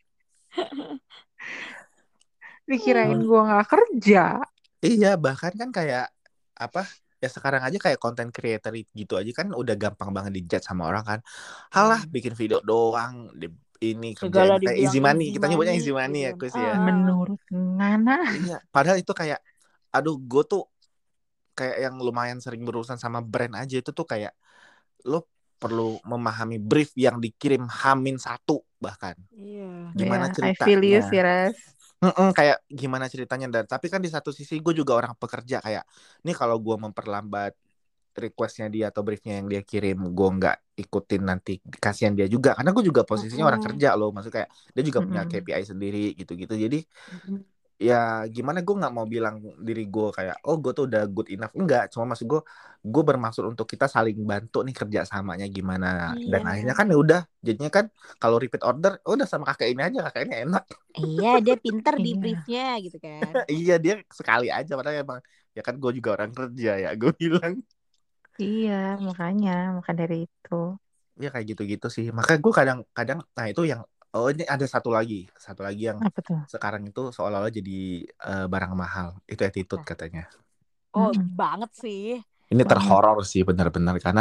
dikirain Hmm. gue nggak kerja. Iya, bahkan kan kayak apa? Ya sekarang aja kayak content creator gitu aja kan udah gampang banget dijudge sama orang kan. Halah, Hmm. bikin video doang, di, ini Segala kerjain kayak dibilang easy money. easy Kita nyebutnya money easy money gitu ya, kan. Kus ya. Ah, Menurut Ngana. Iya, padahal itu kayak aduh, gue tuh kayak yang lumayan sering berurusan sama brand aja itu tuh kayak lo perlu memahami brief yang dikirim Hamin satu bahkan. iya. Gimana Ya, I feel you sih, ceritanya? Ras. Mm-mm, kayak gimana ceritanya. Dan tapi kan di satu sisi gue juga orang pekerja kayak nih kalau gue memperlambat requestnya dia atau briefnya yang dia kirim gue nggak ikutin nanti kasihan dia juga karena gue juga posisinya orang Mm-mm. kerja loh, maksud kayak dia juga punya Mm-mm. K P I sendiri gitu-gitu. Jadi Mm-mm. ya gimana, gue nggak mau bilang diri gue kayak oh gue tuh udah good enough, enggak, cuma maksud gue gue bermaksud untuk kita saling bantu nih kerjasamanya gimana. Dan akhirnya Iya. kan ya udah jadinya kan kalau repeat order oh, udah sama kakek ini aja, kakek ini enak. Iya, dia pinter di Iya. briefnya gitu kan. Iya, dia sekali aja padahal emang ya kan gue juga orang kerja ya, gue bilang Iya, makanya, maka dari itu. ya kayak gitu-gitu sih. Makanya gue kadang-kadang nah itu yang oh ini ada satu lagi satu lagi yang Apa tuh? sekarang itu seolah-olah jadi uh, barang mahal, itu attitude Nah. katanya. Oh, Mm-mm. banget sih. Ini Banget. terhoror sih benar-benar karena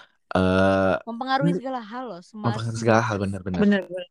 uh, Mempengaruhi segala hal loh, mempengaruhi semua segala hal, benar-benar. Bener-bener.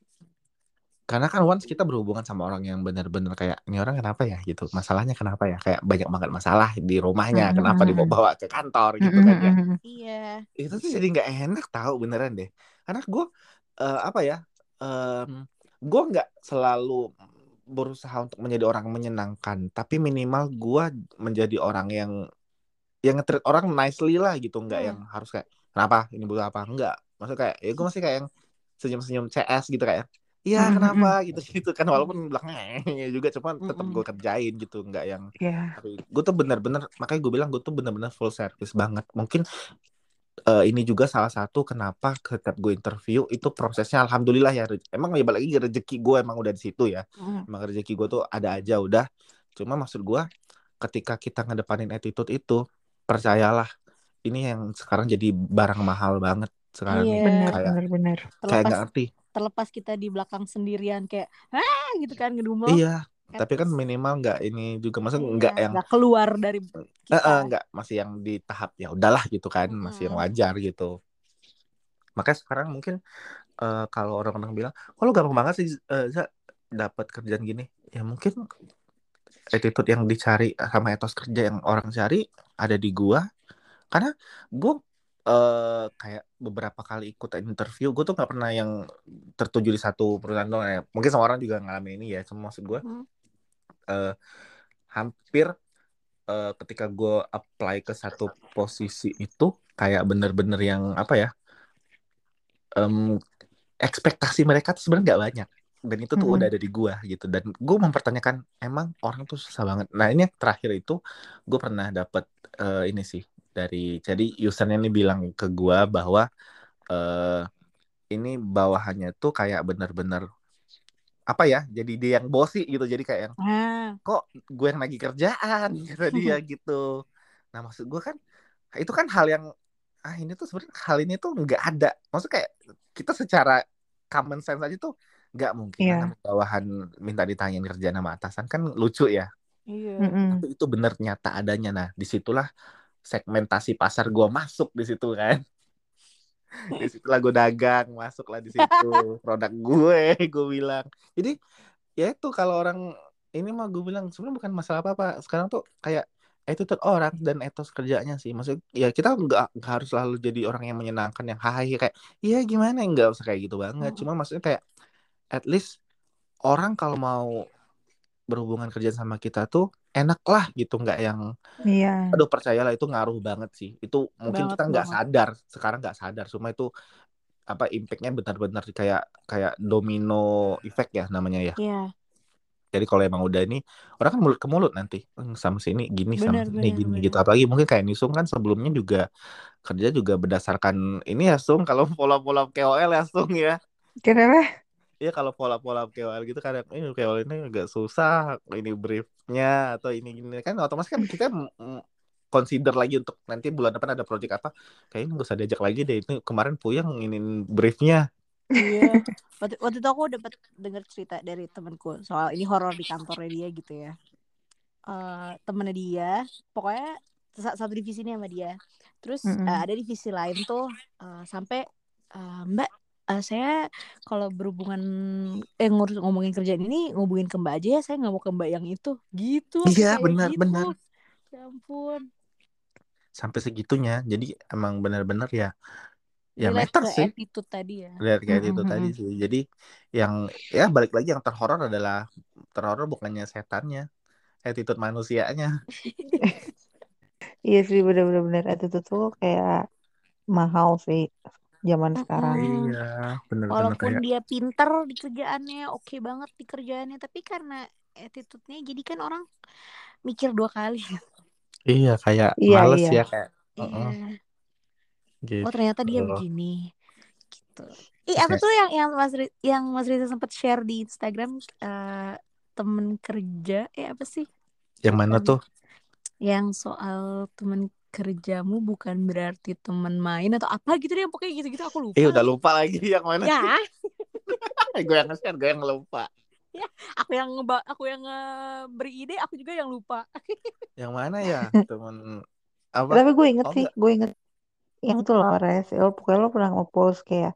Karena kan once kita berhubungan sama orang yang benar-benar kayak ini orang kenapa ya gitu, masalahnya kenapa ya, kayak banyak banget masalah di rumahnya, kenapa Mm-mm. dibawa ke kantor gitu kan ya. Mm-mm. Iya. Itu tuh jadi nggak enak tahu beneran deh. Karena gue uh, apa ya, um, gue nggak selalu berusaha untuk menjadi orang menyenangkan, tapi minimal gue menjadi orang yang yang nge-treat orang nicely lah gitu, nggak Hmm. yang harus kayak kenapa ini butuh apa, enggak. Maksudnya kayak ya gue masih kayak yang senyum-senyum C S gitu kayak iya Mm-mm. kenapa gitu gitu kan, walaupun belakangnya juga cuma tetap Mm-mm. gue kerjain gitu, nggak yang Iya. tapi gue tuh bener-bener, makanya gue bilang gue tuh bener-bener full service banget. Mungkin uh, ini juga salah satu kenapa ketika gue interview itu prosesnya alhamdulillah ya, emang ya balik lagi rezeki gue emang udah di situ ya, Mm. emang rezeki gue tuh ada aja udah. Cuma maksud gue ketika kita ngedepanin attitude itu, percayalah ini yang sekarang jadi barang mahal banget sekarang nih, Iya. Benar, kayak benar, benar. kayak Terlepas nggak ngerti. terlepas kita di belakang sendirian kayak ah gitu kan ngedumel. Iya, At tapi kan least, minimal nggak ini juga, maksudnya iya, nggak yang nggak keluar dari eh, eh, kita. nggak masih yang di tahap ya udahlah gitu kan, masih yang Mm-mm. wajar gitu. Makanya sekarang mungkin eh, kalau orang-orang bilang kalau gampang banget sih eh, Za, dapat kerjaan gini, ya mungkin attitude yang dicari sama etos kerja yang orang cari ada di gua. Karena gue eh kayak beberapa kali ikut interview, gue tuh nggak pernah yang tertuju di satu perusahaan doang ya. Mungkin semua orang juga ngalamin ini ya. Cuma maksud gue Hmm. eh, hampir eh, ketika gue apply ke satu posisi itu kayak bener-bener yang apa ya? em, ekspektasi mereka tuh sebenarnya nggak banyak. Dan itu tuh udah Mm-mm. ada di gue gitu. Dan gue mempertanyakan emang orang tuh susah banget. Nah ini yang terakhir itu gue pernah dapet eh, ini sih dari jadi usernya ini bilang ke gue bahwa eh, ini bawahannya tuh kayak bener-bener apa ya, jadi dia yang bosi gitu, jadi kayak yang Ah. kok gue yang lagi kerjaan kata dia gitu. Nah maksud gue kan itu kan hal yang ah ini tuh sebenarnya hal ini tuh nggak ada, maksud kayak kita secara common sense aja tuh nggak mungkin lah Iya. namanya bawahan minta ditanyain kerjaan sama atasan, kan lucu ya, Iya. Mm-mm. tapi itu bener nyata adanya. Nah disitulah segmentasi pasar gue masuk di situ kan. Di situlah gue dagang, masuklah di situ produk gue gue bilang. Jadi ya itu kalau orang ini mah gue bilang sebenarnya bukan masalah apa-apa. Sekarang tuh kayak attitude orang dan etos kerjanya sih. Maksud ya kita nggak nggak harus selalu jadi orang yang menyenangkan yang hahaha kayak iya gimana, nggak usah kayak gitu banget. Mm. Cuma maksudnya kayak at least orang kalau mau berhubungan kerja sama kita tuh enak lah gitu, nggak yang Iya. aduh percayalah itu ngaruh banget sih. Itu mungkin Banget kita nggak banget. sadar sekarang, nggak sadar. Cuma itu apa impactnya benar-benar kayak kayak domino effect ya namanya ya. Iya. Jadi kalau emang udah ini orang kan mulut ke mulut nanti. "Hmm, sama sini gini sama Benar sini benar gini gitu. benar. Apalagi mungkin kayak Nisung kan sebelumnya juga kerja juga berdasarkan ini ya Sung, kalau pola-pola K O L ya Sung ya. Kenapa? Iya kalau pola-pola K O L gitu kadang ini K O L ini agak susah ini briefnya atau ini gini kan otomatis kan kita mm, consider lagi untuk nanti bulan depan ada project apa, kayaknya nggak usah diajak lagi deh, itu kemarin Puyang ini briefnya. Iya. Waktu, waktu itu aku dapat dengar cerita dari temanku soal ini horor di kantornya dia gitu ya. Eh temennya dia, pokoknya sa- satu divisi ini sama dia. Terus eh, Mm-mm. ada divisi lain tuh eh, sampai eh, Mbak, eh, saya kalau berhubungan eh ngurus ngomongin kerjaan ini ngomongin ke Mbak aja ya, saya nggak mau ke Mbak yang itu. Gitu sampai Iya kayak benar-benar gitu. Ya ampun. sampai segitunya, jadi emang benar-benar ya ya Relate meter ke sih, attitude tadi ya. lihat kayak itu tadi Mm-mm. sih. Jadi yang ya balik lagi yang terhoror adalah terhoror bukannya setannya, attitude manusianya. Iya sih bener-bener bener. Itu tuh tuh kayak mahal sih zaman sekarang. Mm-mm. Iya benar-benar Walaupun kayak dia pinter di kerjaannya, oke banget di kerjaannya, tapi karena attitude-nya jadi kan orang mikir dua kali. iya kayak Iya males iya. ya kayak uh-uh, Iya. Oh ternyata dia gitu. begini. Gitu. Ih Terus apa kayak tuh yang yang Mas Ri- yang Mas Riza sempat share di Instagram eh, temen kerja, eh apa sih? yang mana Bukan. tuh, Yang soal temen kerjamu bukan berarti temen main atau apa gitu deh, pokoknya gitu-gitu aku eh lupa udah lagi. lupa lagi yang mana sih. Ya, Gue yang nge-share gue yang lupa. ya, aku yang ngeba aku yang ngeberi ide, aku juga yang lupa. Yang mana ya temen apa, Tapi gue inget oh sih, enggak, gue inget yang itu loh, Res. Lo pokoknya lo pernah nge-post kayak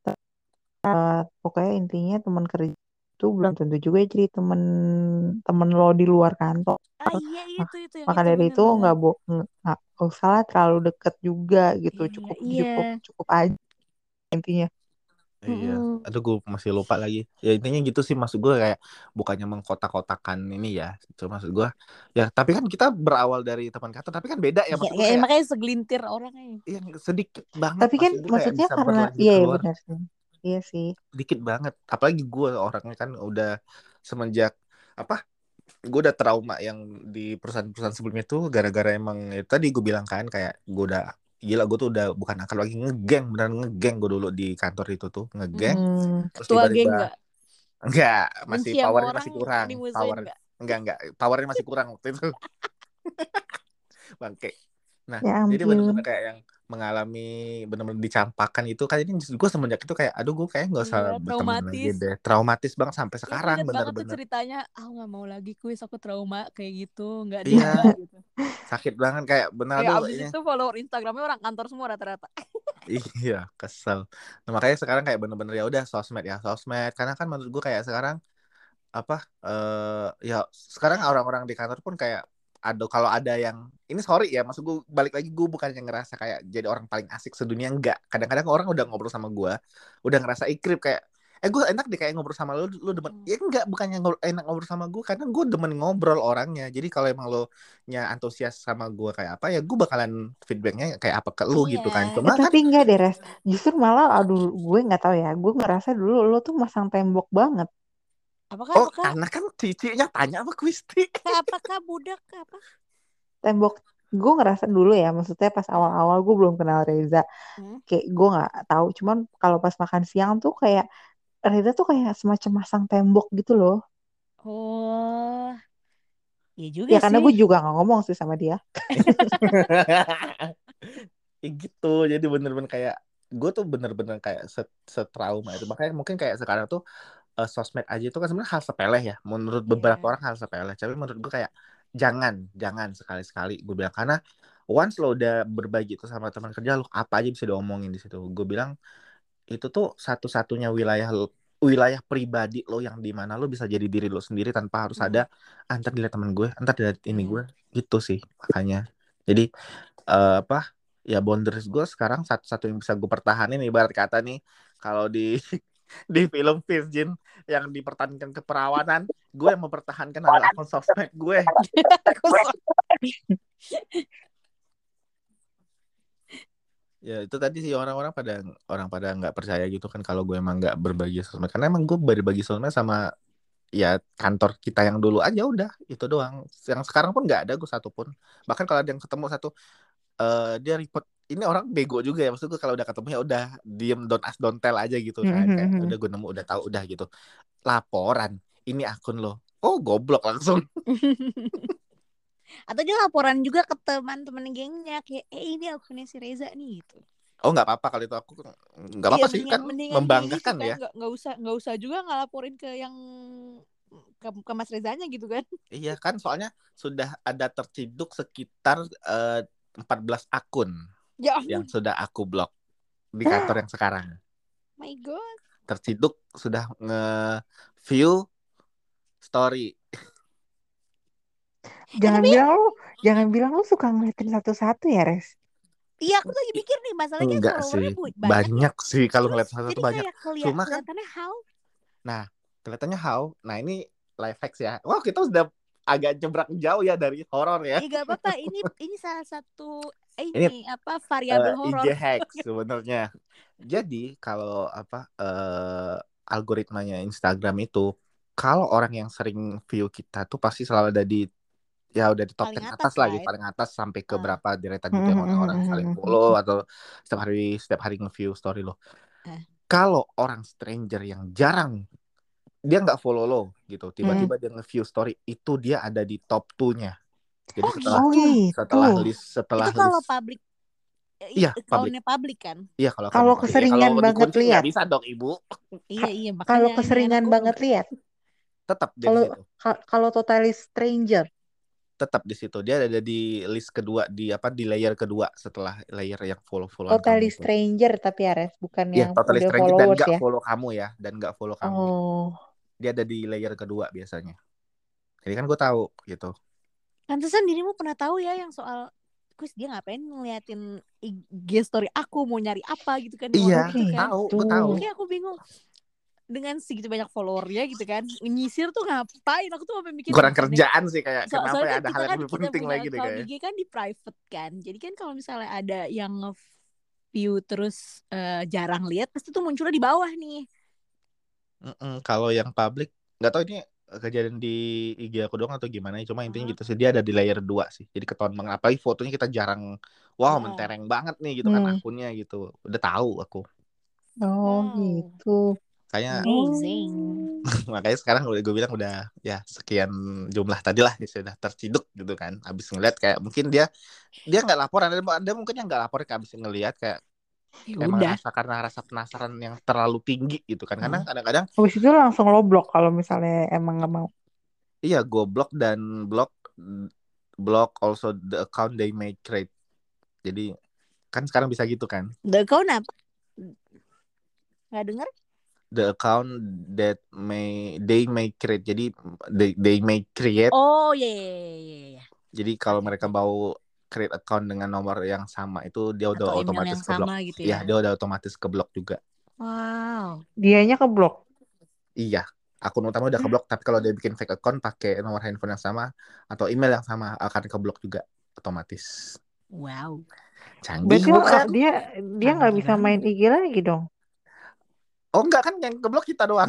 pokoknya intinya teman kerja itu belum tentu juga jadi temen temen lo di luar kantor. Ah iya Mak- itu itu yang Maka itu dari itu bener-bener. nggak bo nggak usah lah terlalu deket juga gitu. Iya Cukup iya. cukup cukup aja intinya. iya Mm-mm. aduh gue masih lupa lagi ya. Intinya gitu sih maksud gue, kayak bukannya mengkotak-kotakan ini ya, itu maksud gue ya, tapi kan kita berawal dari teman kantor tapi kan beda ya, Iya, maksud gue kayak kayak makanya segelintir orang aja. yang sedikit banget, Tapi kan maksud gue kayak maksudnya bisa karena berlanjut iya ya keluar benar sih. Iya sih. dikit banget. Apalagi gue orangnya kan udah semenjak apa, gue udah trauma yang di perusahaan-perusahaan sebelumnya tuh gara-gara emang ya, tadi gue bilang kan kayak gue udah gila, gue tuh udah bukan akal lagi, ngegeng beneran ngegeng gue dulu di kantor itu tuh ngegeng. Mm-mm. Hmm, Terus Ketua geng tiba-tiba nggak? enggak, masih Benci sama powernya orang masih kurang, dimusuhin power nggak? enggak enggak powernya masih kurang waktu itu bangke. Nah, ya jadi ampun. bener-bener kayak yang mengalami bener-bener dicampakkan itu kan, ini gue semenjak itu kayak aduh gue kayak nggak usah Iya berteman lagi traumatis. deh, traumatis banget sampai Ya aku sekarang inget banget tuh bener-bener. ceritanya. Aku nggak mau lagi kuis, aku trauma kayak gitu, nggak deh Iya nggak gitu. sakit banget kayak bener, Kayak aduh abis ini itu follower Instagramnya orang kantor semua rata-rata. iya kesel. Nah, makanya sekarang kayak bener-bener ya udah sosmed ya sosmed, karena kan menurut gue kayak sekarang apa eh ya sekarang orang-orang di kantor pun kayak ada kalau ada yang ini sorry ya, maksud gue balik lagi gue bukannya ngerasa kayak jadi orang paling asik sedunia, enggak. Kadang-kadang orang udah ngobrol sama gue, udah ngerasa ikrip kayak eh gue enak deh kayak ngobrol sama lu, lu demen. Ya enggak, bukannya ngobrol, enak ngobrol sama gue karena gue demen ngobrol orangnya. Jadi kalau emang lo nya antusias sama gue kayak apa ya gue bakalan feedbacknya kayak apa ke lu gitu kan. Iya. Eh, Cuma kan tapi enggak deh Res, justru malah aduh gue nggak tahu ya, gue ngerasa dulu lo tuh masang tembok banget. Apakah oh apakah karena kan cicinya tanya sama Kristi. apakah budak apa? Tembok, gue ngerasa dulu ya, maksudnya pas awal-awal gue belum kenal Reza, Hmm? kayak gue nggak tahu, cuman kalau pas makan siang tuh kayak Reza tuh kayak semacam masang tembok gitu loh. Oh, ya juga Ya karena sih. gue juga nggak ngomong sih sama dia. Ya gitu, jadi bener-bener kayak gue tuh bener-bener kayak set, setrauma itu. Makanya mungkin kayak sekarang tuh uh, sosmed aja itu kan sebenarnya hal sepele ya, menurut beberapa Iya. orang hal sepele, tapi menurut gue kayak jangan jangan sekali-sekali gue bilang, karena once lo udah berbagi itu sama teman kerja lo, apa aja bisa diomongin di situ. Gue bilang itu tuh satu-satunya wilayah lo, wilayah pribadi lo yang dimana lo bisa jadi diri lo sendiri tanpa harus Hmm. ada antar dilihat teman gue, antar dilihat ini Hmm. gue, gitu sih. Makanya jadi uh, apa ya, boundaries gue sekarang satu-satu yang bisa gue pertahanin ibarat kata nih, kalau di di film Virgin yang dipertahankan keperawanan, gue yang mempertahankan adalah akun sosmed gue. Ya itu tadi sih orang-orang pada orang pada nggak percaya gitu kan kalau gue emang nggak berbagi sosmed, karena emang gue berbagi sosmed sama ya kantor kita yang dulu aja, udah itu doang. Yang sekarang pun nggak ada gue satu pun. Bahkan kalau ada yang ketemu satu, uh, dia report, ini orang bego juga ya, maksud gue kalau udah ketemu ya udah diem, don't ask don't tell aja gitu kan, kayak udah gue nemu udah tahu udah gitu, laporan ini akun lo, oh goblok langsung. Atau dia laporan juga ke teman-teman gengnya kayak eh ini akunnya si Reza nih gitu. Oh nggak apa-apa kalau itu, aku nggak apa-apa Iya, sih, mendingan, kan mendingan membanggakan kayak gitu ya. kan, nggak nggak usah nggak usah juga ngelaporin ke yang ke, ke Mas Rezanya gitu kan. Iya kan, soalnya sudah ada terciduk sekitar uh, empat belas akun Ya yang ampun, sudah aku blok di kantor yang sekarang. my god. Terciduk sudah nge-view story. Jangan tapi- bilang lu, jangan bilang lu suka ngeliatin satu-satu ya, Res. Iya, aku lagi mikir nih, masalahnya Enggak followernya sih, bu- banyak, banyak sih kalau terus ngeliat satu-satu jadi banyak. kayak keliat, Cuma kan, kelihatannya how. nah kelihatannya how. Nah ini life hacks ya. Wah kita sudah agak jebrak jauh ya dari horor ya. Eh gak apa-apa, ini ini salah satu eh, Ini ini apa variabel uh, horor. I G hacks sebenarnya. Jadi kalau apa uh, algoritmanya Instagram itu, kalau orang yang sering view kita tuh pasti selalu ada di, ya udah di top Paling sepuluh atas, atas lah, di right? paling atas sampai ke Ah. berapa deretan gitu yang orang-orang saling follow atau setiap hari setiap hari nge-view story lo. Ah. Kalau orang stranger yang jarang, dia nggak follow lo gitu, tiba-tiba dia nge-view story, itu dia ada di top two-nya. Jadi Oh, setelah Oh gitu. setelah list setelah Itu kalau list public, eh, iya public. account-nya public kan? Iya kalau Kalau account-nya public. Ya, keseringan kalau banget dikunci lihat. nggak bisa dong ibu. Iya iya makanya Kalau ini keseringan anak banget goblok. lihat. Tetap di Kalau situ. ka- kalau totalis stranger. Tetap di situ. Dia ada di list kedua, di apa, di layer kedua setelah layer yang follow-followan kamu Totalis itu. stranger tapi Ares, bukan Iya, yang totally udah stranger dan followers nggak ya. follow kamu ya, dan nggak follow kamu. Oh. Dia ada di layer kedua biasanya. Jadi kan gue tahu gitu. Pantesan dirimu pernah tahu ya yang soal Kus dia ngapain ngeliatin I G story aku, mau nyari apa gitu kan. Iya, gitu kan. tahu, gue tahu. Oke, aku bingung. Dengan segitu banyak followernya gitu kan, nyisir tuh ngapain? Aku tuh sampai mikir Kurang bukannya- kerjaan sih kayak So, kenapa soalnya ya kan ada kita hal yang kan lebih kita penting punya lagi deh account kayak. I G kan di private kan. Jadi kan kalau misalnya ada yang nge-view terus eh, jarang lihat, pasti tuh munculnya di bawah nih. Mm-mm, kalau yang public nggak tahu ini kejadian di I G aku doang atau gimana, cuma intinya Uh-huh. gitu sih, dia ada di layer dua sih. Jadi ketahuan banget, apalagi fotonya kita jarang, wow Iya. mentereng banget nih gitu kan Hmm. akunnya gitu. Udah tahu aku. Oh Wow. gitu. Kayaknya Amazing. makanya sekarang udah gue bilang udah ya sekian jumlah tadi lah ya, sudah terciduk gitu kan. Abis ngeliat kayak mungkin dia dia nggak laporan, ada, ada mungkin yang nggak lapor kayak abis ngeliat kayak Ya emang udah. rasa karena rasa penasaran yang terlalu tinggi gitu kan. Karena Hmm. kadang-kadang Habis itu langsung lo blok kalau misalnya emang nggak mau. iya gue blok dan blok blok also the account they may create. Jadi kan sekarang bisa gitu kan. The account apa? Nggak dengar? The account that may they may create. Jadi they, they may create. Oh iya iya iya iya. Jadi kalau mereka mau create account dengan nomor yang sama itu dia udah Atau email otomatis yang ke blok. sama gitu Iya, ya. dia udah otomatis ke blok juga. Wow. Dianya ke blok. Iya, akun utama udah ke blok, tapi kalau dia bikin fake account pakai nomor handphone yang sama atau email yang sama akan ke blok juga otomatis. Wow. Canggih Berarti oh, bukan? dia dia nggak Canggih bisa main banget. I G lagi dong. Oh enggak kan yang ke blok kita doang.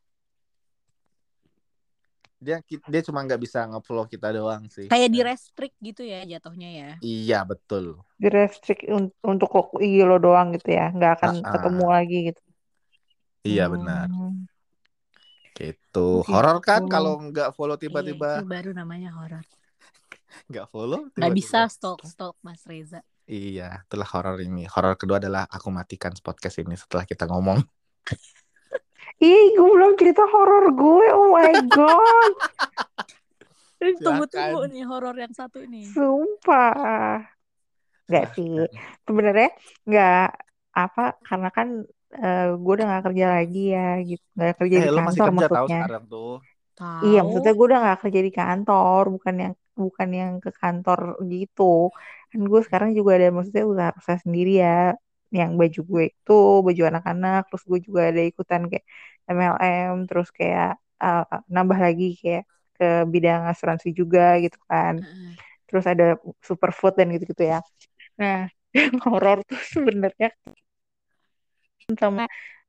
Dia dia cuma nggak bisa nge-follow kita doang sih. Kayak di restrict gitu ya jatuhnya ya. Iya betul. Di restrict un- untuk kok I G lo doang gitu ya, nggak akan Ah, ketemu ah. lagi gitu. Iya benar. Hmm, Gitu. gitu. Horor kan kalau nggak follow Iya, itu tiba-tiba baru namanya horor. nggak follow Nggak bisa tiba-tiba. stalk-stalk Mas Reza. Iya, itulah horor ini. Horor kedua adalah aku matikan podcast ini setelah kita ngomong. Ih, gue belum cerita horor gue. Oh my god. Tunggu-tunggu Silakan. nih horor yang satu ini. Sumpah. Nggak sih. Silahkan. Sebenarnya nggak apa karena kan eh, gue udah nggak kerja lagi ya gitu. Nggak kerja Eh, di lo masih kantor kerja tahu maksudnya. sekarang tuh. Iya, Tahu. maksudnya gue udah gak kerja di kantor, bukan yang bukan yang ke kantor gitu. Kan gue sekarang juga ada maksudnya usaha usaha sendiri ya, yang baju gue itu baju anak-anak, terus gue juga ada ikutan kayak M L M, terus kayak uh, nambah lagi kayak ke bidang asuransi juga gitu kan. Heeh. Terus ada superfood dan gitu-gitu ya. Nah, yang horor tuh sebenarnya sama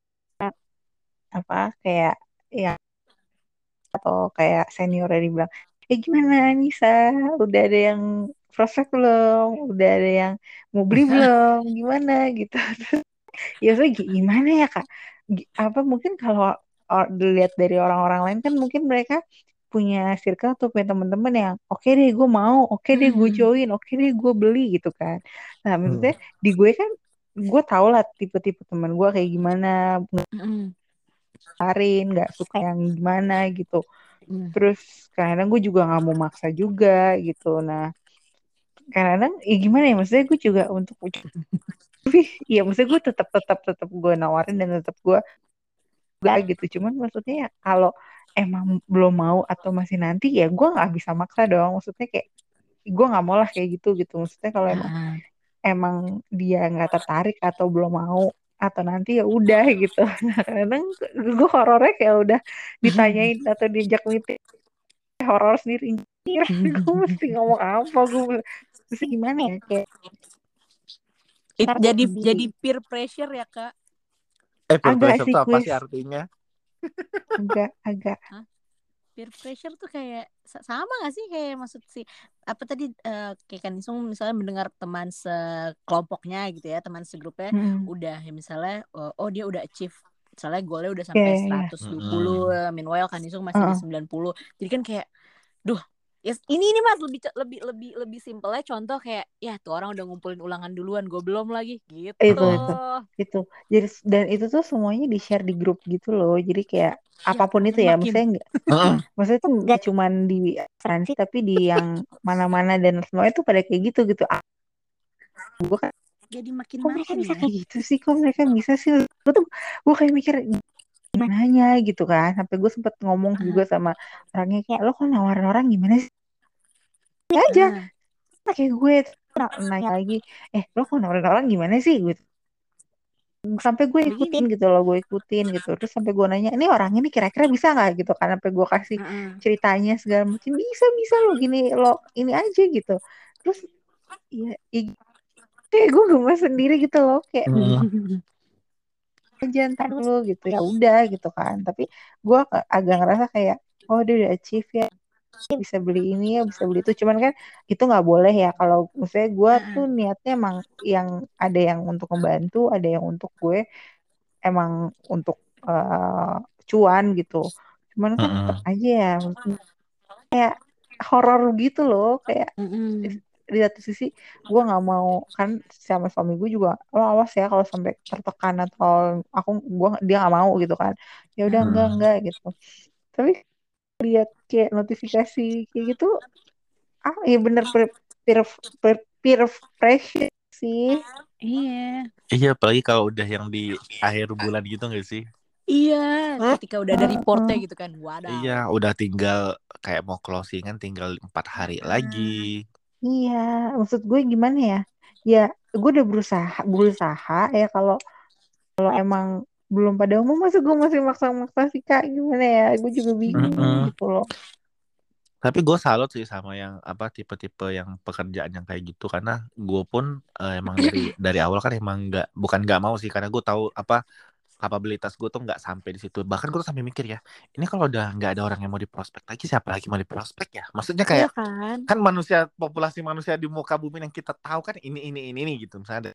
apa kayak ya atau kayak senior yang dibilang, eh gimana Nisa, udah ada yang prospek belum, udah ada yang mau beli belum, gimana gitu. Ya saya gimana ya kak, Gi- apa mungkin kalau or- dilihat dari orang-orang lain kan mungkin mereka punya circle atau punya teman-teman yang oke deh gue mau, oke deh gue Hmm. join, oke deh gue beli gitu kan. Nah Hmm. maksudnya di gue kan gue tau lah tipe-tipe teman gue kayak gimana, Mm-mm. ngarin nggak suka yang gimana gitu. Mm. Terus kadang gue juga nggak mau maksa juga gitu. Nah kadang ya gimana ya maksudnya gue juga untuk iya maksudnya gue tetap tetap tetap gue nawarin dan tetap gue gak gitu. Cuman maksudnya ya kalau emang belum mau atau masih nanti ya gue nggak bisa maksa dong. Maksudnya kayak gue nggak mau lah kayak gitu gitu. Maksudnya kalau emang Ah, emang dia nggak tertarik atau belum mau atau nanti ya udah gitu. Nah, kadang gue horornya kayak udah ditanyain atau diajak meeting horor sendiri. Gue mesti ngomong apa? Gue mesti gimana ya? Kayak It, ntar jadi di jadi peer pressure ya kak. Eh, peer agak pressure sih itu apa kuis, sih artinya? agak agak. Hah? Peer pressure tuh kayak sa- sama gak sih kayak maksud si apa tadi eh, kayak kan Isung misalnya mendengar teman sekelompoknya gitu ya, teman segrupnya Hmm, udah ya misalnya oh, oh dia udah achieve misalnya goalnya udah ya sampai ya ya. seratus dua puluh, Mm-mm. meanwhile kan Isung masih di Heeh. sembilan puluh. Jadi kan kayak duh, yes, ini ini Mas lebih lebih lebih lebih simpelnya contoh kayak ya tuh orang udah ngumpulin ulangan duluan, gue belum lagi gitu. Itu itu itu. Jadi dan itu tuh semuanya di share di grup gitu loh. Jadi kayak Ya apapun itu jadi ya, makin maksudnya nggak, Mm-mm. maksudnya tuh nggak cuman di Fransi tapi di yang mana-mana dan semua itu pada kayak gitu gitu. Ah, gue kan, jadi makin kok mereka makin bisa ya. kayak gitu sih? Kok mereka bisa sih? Gue tuh gue kayak mikir gimana nanya gitu kan. Sampai gue sempet ngomong juga Ah, sama orangnya kayak lo kok nawarin orang gimana sih aja? ah. Kayak gue Nah, nanya lagi, eh lo kok nawarin orang gimana sih gitu. Sampai gue Begini. ikutin gitu loh, gue ikutin gitu. Terus sampai gue nanya, ini orang ini kira-kira bisa nggak gitu kan? Sampai gue kasih Ah, ceritanya segala macam, bisa bisa lo gini lo ini aja gitu. Terus ya, ya kayak gue gemes sendiri gitu loh, kayak Mm-mm. aja ntar dulu gitu ya udah gitu kan. Tapi gue agak ngerasa kayak oh dia udah achieve ya, bisa beli ini ya bisa beli itu. Cuman kan itu nggak boleh ya, kalau misalnya gue ah, tuh ah. niatnya emang yang ada yang untuk membantu, ada yang untuk gue emang untuk eh, cuan gitu. Cuman kan tetap Mm-mm. aja ya kayak horor gitu loh, kayak Mm-mm. di satu sisi gue nggak mau kan sama suami gue juga lo awas ya kalau sampai tertekan atau aku gua dia nggak mau gitu kan, ya udah enggak Mm-mm. enggak gitu. Tapi lihat kayak notifikasi kayak gitu, ah ya bener peer peer, peer, peer pressure sih. Iya. Iya, apalagi kalau udah yang di akhir bulan gitu nggak sih? Iya, ketika udah ada reportnya gitu kan. Wadaw. Iya, udah tinggal kayak mau closingan tinggal empat hari Ah. lagi. Iya, maksud gue gimana ya? Ya, gue udah berusaha, berusaha ya kalau kalau emang belum pada umum, masa gue masih maksa-maksa sih Kak? Gimana ya? Gue juga bingung Mm-mm. gitu loh. Tapi gue salut sih sama yang apa tipe-tipe yang pekerjaan yang kayak gitu, karena gue pun eh, emang dari dari awal kan emang nggak bukan nggak mau sih, karena gue tahu apa kapabilitas gue tuh nggak sampai di situ. Bahkan gue tuh sampai mikir ya, ini kalau udah nggak ada orang yang mau diprospek lagi, siapa lagi mau diprospek ya? Maksudnya Iya kayak kan? kan manusia populasi manusia di muka bumi yang kita tahu kan ini ini ini ini gitu. Misalnya ada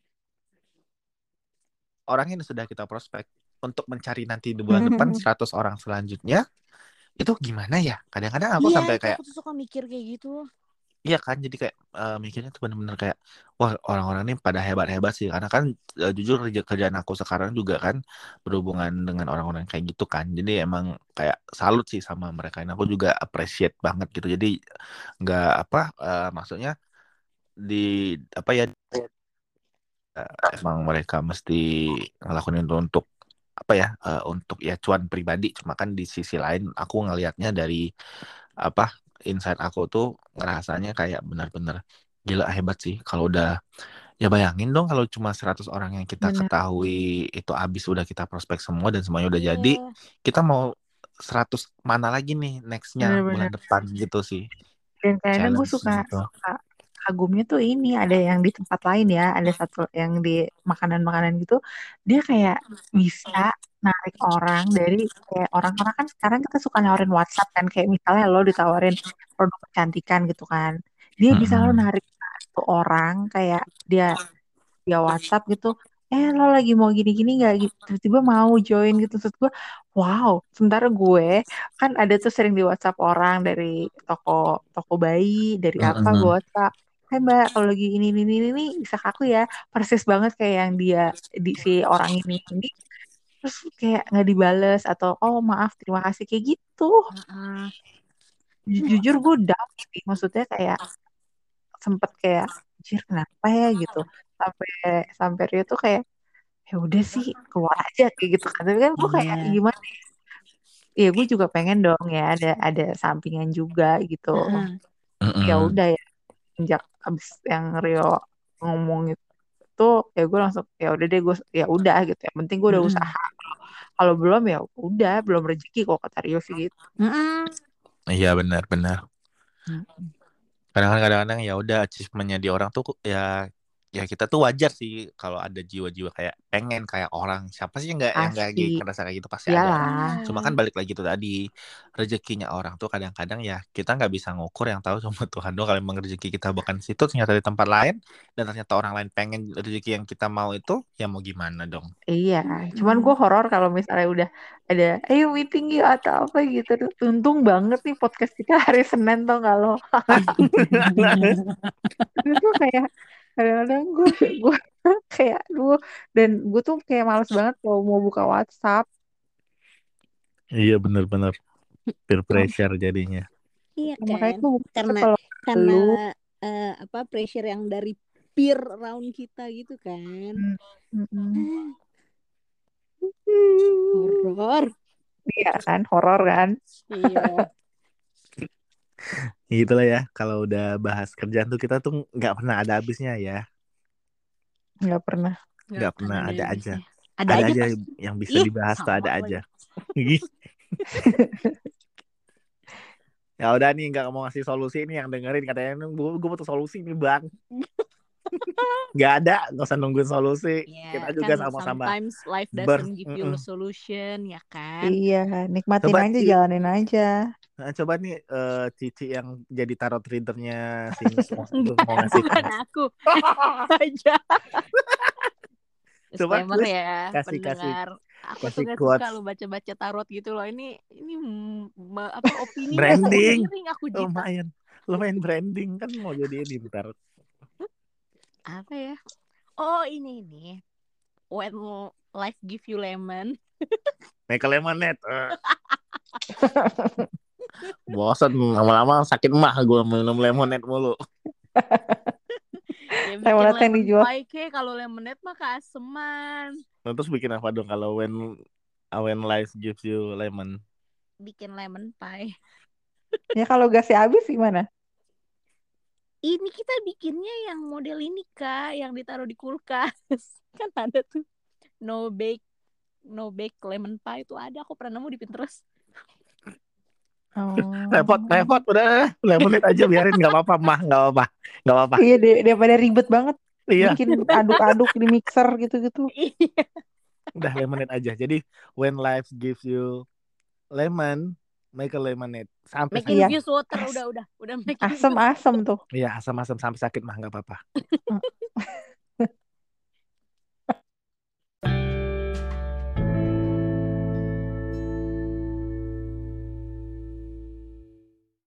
orang yang sudah kita prospek untuk mencari nanti di bulan depan seratus orang selanjutnya, itu gimana ya? Kadang-kadang aku Iya, sampai itu kayak aku tuh suka mikir kayak gitu. iya kan, jadi kayak uh, mikirnya tuh bener-bener kayak wah orang-orang ini pada hebat-hebat sih, karena kan uh, jujur kerja kerjaan aku sekarang juga kan berhubungan dengan orang-orang kayak gitu kan, jadi emang kayak salut sih sama mereka, dan aku juga appreciate banget gitu. Jadi nggak apa uh, maksudnya di apa ya uh, emang mereka mesti ngelakuin itu untuk apa ya uh, untuk ya cuan pribadi, cuma kan di sisi lain aku ngelihatnya dari apa insight aku tuh ngerasanya kayak benar-benar gila hebat sih kalau udah ya bayangin dong kalau cuma seratus orang yang kita Bener, ketahui itu abis udah kita prospek semua dan semuanya udah jadi, Iya. kita mau seratus mana lagi nih nextnya bulan bener-bener. depan gitu sih Dan kadang gue challenge suka, gitu. suka kagumnya tuh ini, ada yang di tempat lain ya, ada satu yang di makanan-makanan gitu, dia kayak bisa narik orang dari kayak orang-orang kan sekarang kita suka nawarin WhatsApp kan, kayak misalnya lo ditawarin produk kecantikan gitu kan, dia bisa lo Mm-mm. narik satu orang kayak dia via WhatsApp gitu, eh lo lagi mau gini-gini nggak gitu, tiba-tiba mau join gitu. Terus gue wow, sementara gue kan ada tuh sering di WhatsApp orang dari toko toko bayi, dari apa gue Mm-mm. WhatsApp, hai mbak kalau lagi ini ini ini ini bisa ke aku ya, persis banget kayak yang dia di si orang ini ini, terus kayak nggak dibales atau oh maaf terima kasih kayak gitu. Heeh. Ju- jujur gue down sih, maksudnya kayak sempet kayak anjir kenapa ya gitu, sampai sampai Rio tuh kayak ya udah sih keluar aja kayak gitu kan, tapi kan gue kayak Iya. gimana ya, gue juga pengen dong ya ada ada sampingan juga gitu. Heeh. Ya Mm-mm. udah ya, sejak abis yang Rio ngomong itu ya gue langsung ya udah deh, gue ya udah gitu, yang penting gue udah Mm-mm. usaha, kalau belum ya udah belum rezeki kok kata Rio sih gitu. Mm-mm. Iya benar-benar. Mm-mm. Kadang-kadang kadang-kadang ya udah achievementnya di orang tuh ya ya kita tuh wajar sih kalau ada jiwa-jiwa kayak pengen kayak orang, siapa sih yang nggak yang nggak Pasti ngerasa kayak gitu, pasti ada kan. iyalah. Cuma kan balik lagi tuh tadi rezekinya orang tuh kadang-kadang ya kita nggak bisa ngukur, yang tahu cuma Tuhan doang. Kalau emang rezeki kita bukan di situ, ternyata di tempat lain, dan ternyata orang lain pengen rezeki yang kita mau itu, ya mau gimana dong. Iya, cuman Mm-mm. gue horor kalau misalnya udah ada ayo meeting yuk atau apa gitu. Untung banget nih podcast kita hari Senin tau gak lo. Itu kayak kadang-kadang gue gue kayak gue, dan gue tuh kayak males banget kalau mau buka WhatsApp. Iya benar-benar peer Nah, pressure jadinya. Iya makanya kan? tuh buka WhatsApp Karena kalau karena lu. eh, apa pressure yang dari peer round kita gitu kan. Hmm, hmm, hmm. Horor. Iya kan, horor kan. Iya. Itulah ya, kalau udah bahas kerjaan tuh kita tuh nggak pernah ada habisnya ya, Nggak pernah. Nggak nggak akan pernah ada ada aja, habisnya. Ada ada aja aja pasti. yang bisa Ih, dibahas tuh sama ada aja. lagi. Ya udah nih nggak mau ngasih solusi nih yang dengerin katanya gue gue butuh solusi nih bang, nggak ada, nggak usah nungguin solusi, kita Ya juga kan sama-sama sometimes life ber doesn't give you Mm-mm. a solution ya kan. Iya, nikmatin Coba aja, Ci, jalanin aja. nah, coba nih eh, Cici yang jadi tarot readernya si tuh mau Enggak, ngasih bukan aku. Aja. coba Disclaimer please ya, kasih kasih pendengar. Aku tuh kasih gak suka quotes lo baca-baca tarot gitu loh. Ini ini mm, me- apa opini nih aku branding, giring, aku jitak. lumayan lumayan branding kan mau jadi ini ntar. Apa ya? Oh, ini nih. When life give you lemon. Michael Lemonet. Uh. Bosan lama-lama sakit mah gue minum lemonade mulu. Ya bikin Lemonade yang lemon dijual. pie ke, kalau lemonade mah keaseman. Nah, terus bikin apa dong kalau when When life gives you lemon. Bikin lemon pie. Ya kalau gasnya habis gimana? Ini kita bikinnya yang model ini Kak, yang ditaruh di kulkas. Kan ada tuh no bake no bake lemon pie itu ada, aku pernah nemu di Pinterest. Oh. Repot, repot, udah lemonade aja biarin, nggak apa-apa mah, nggak apa-apa, nggak apa-apa. Iya deh, daripada ribet banget Iya, bikin aduk-aduk di mixer gitu-gitu. Iya. udah lemonade aja. Jadi when life gives you lemon, make a lemonade. Sampai Make sakit. Iya. infused water As- udah udah udah make Asem-asem tuh. Iya, asam-asam sampai sakit mah nggak apa-apa.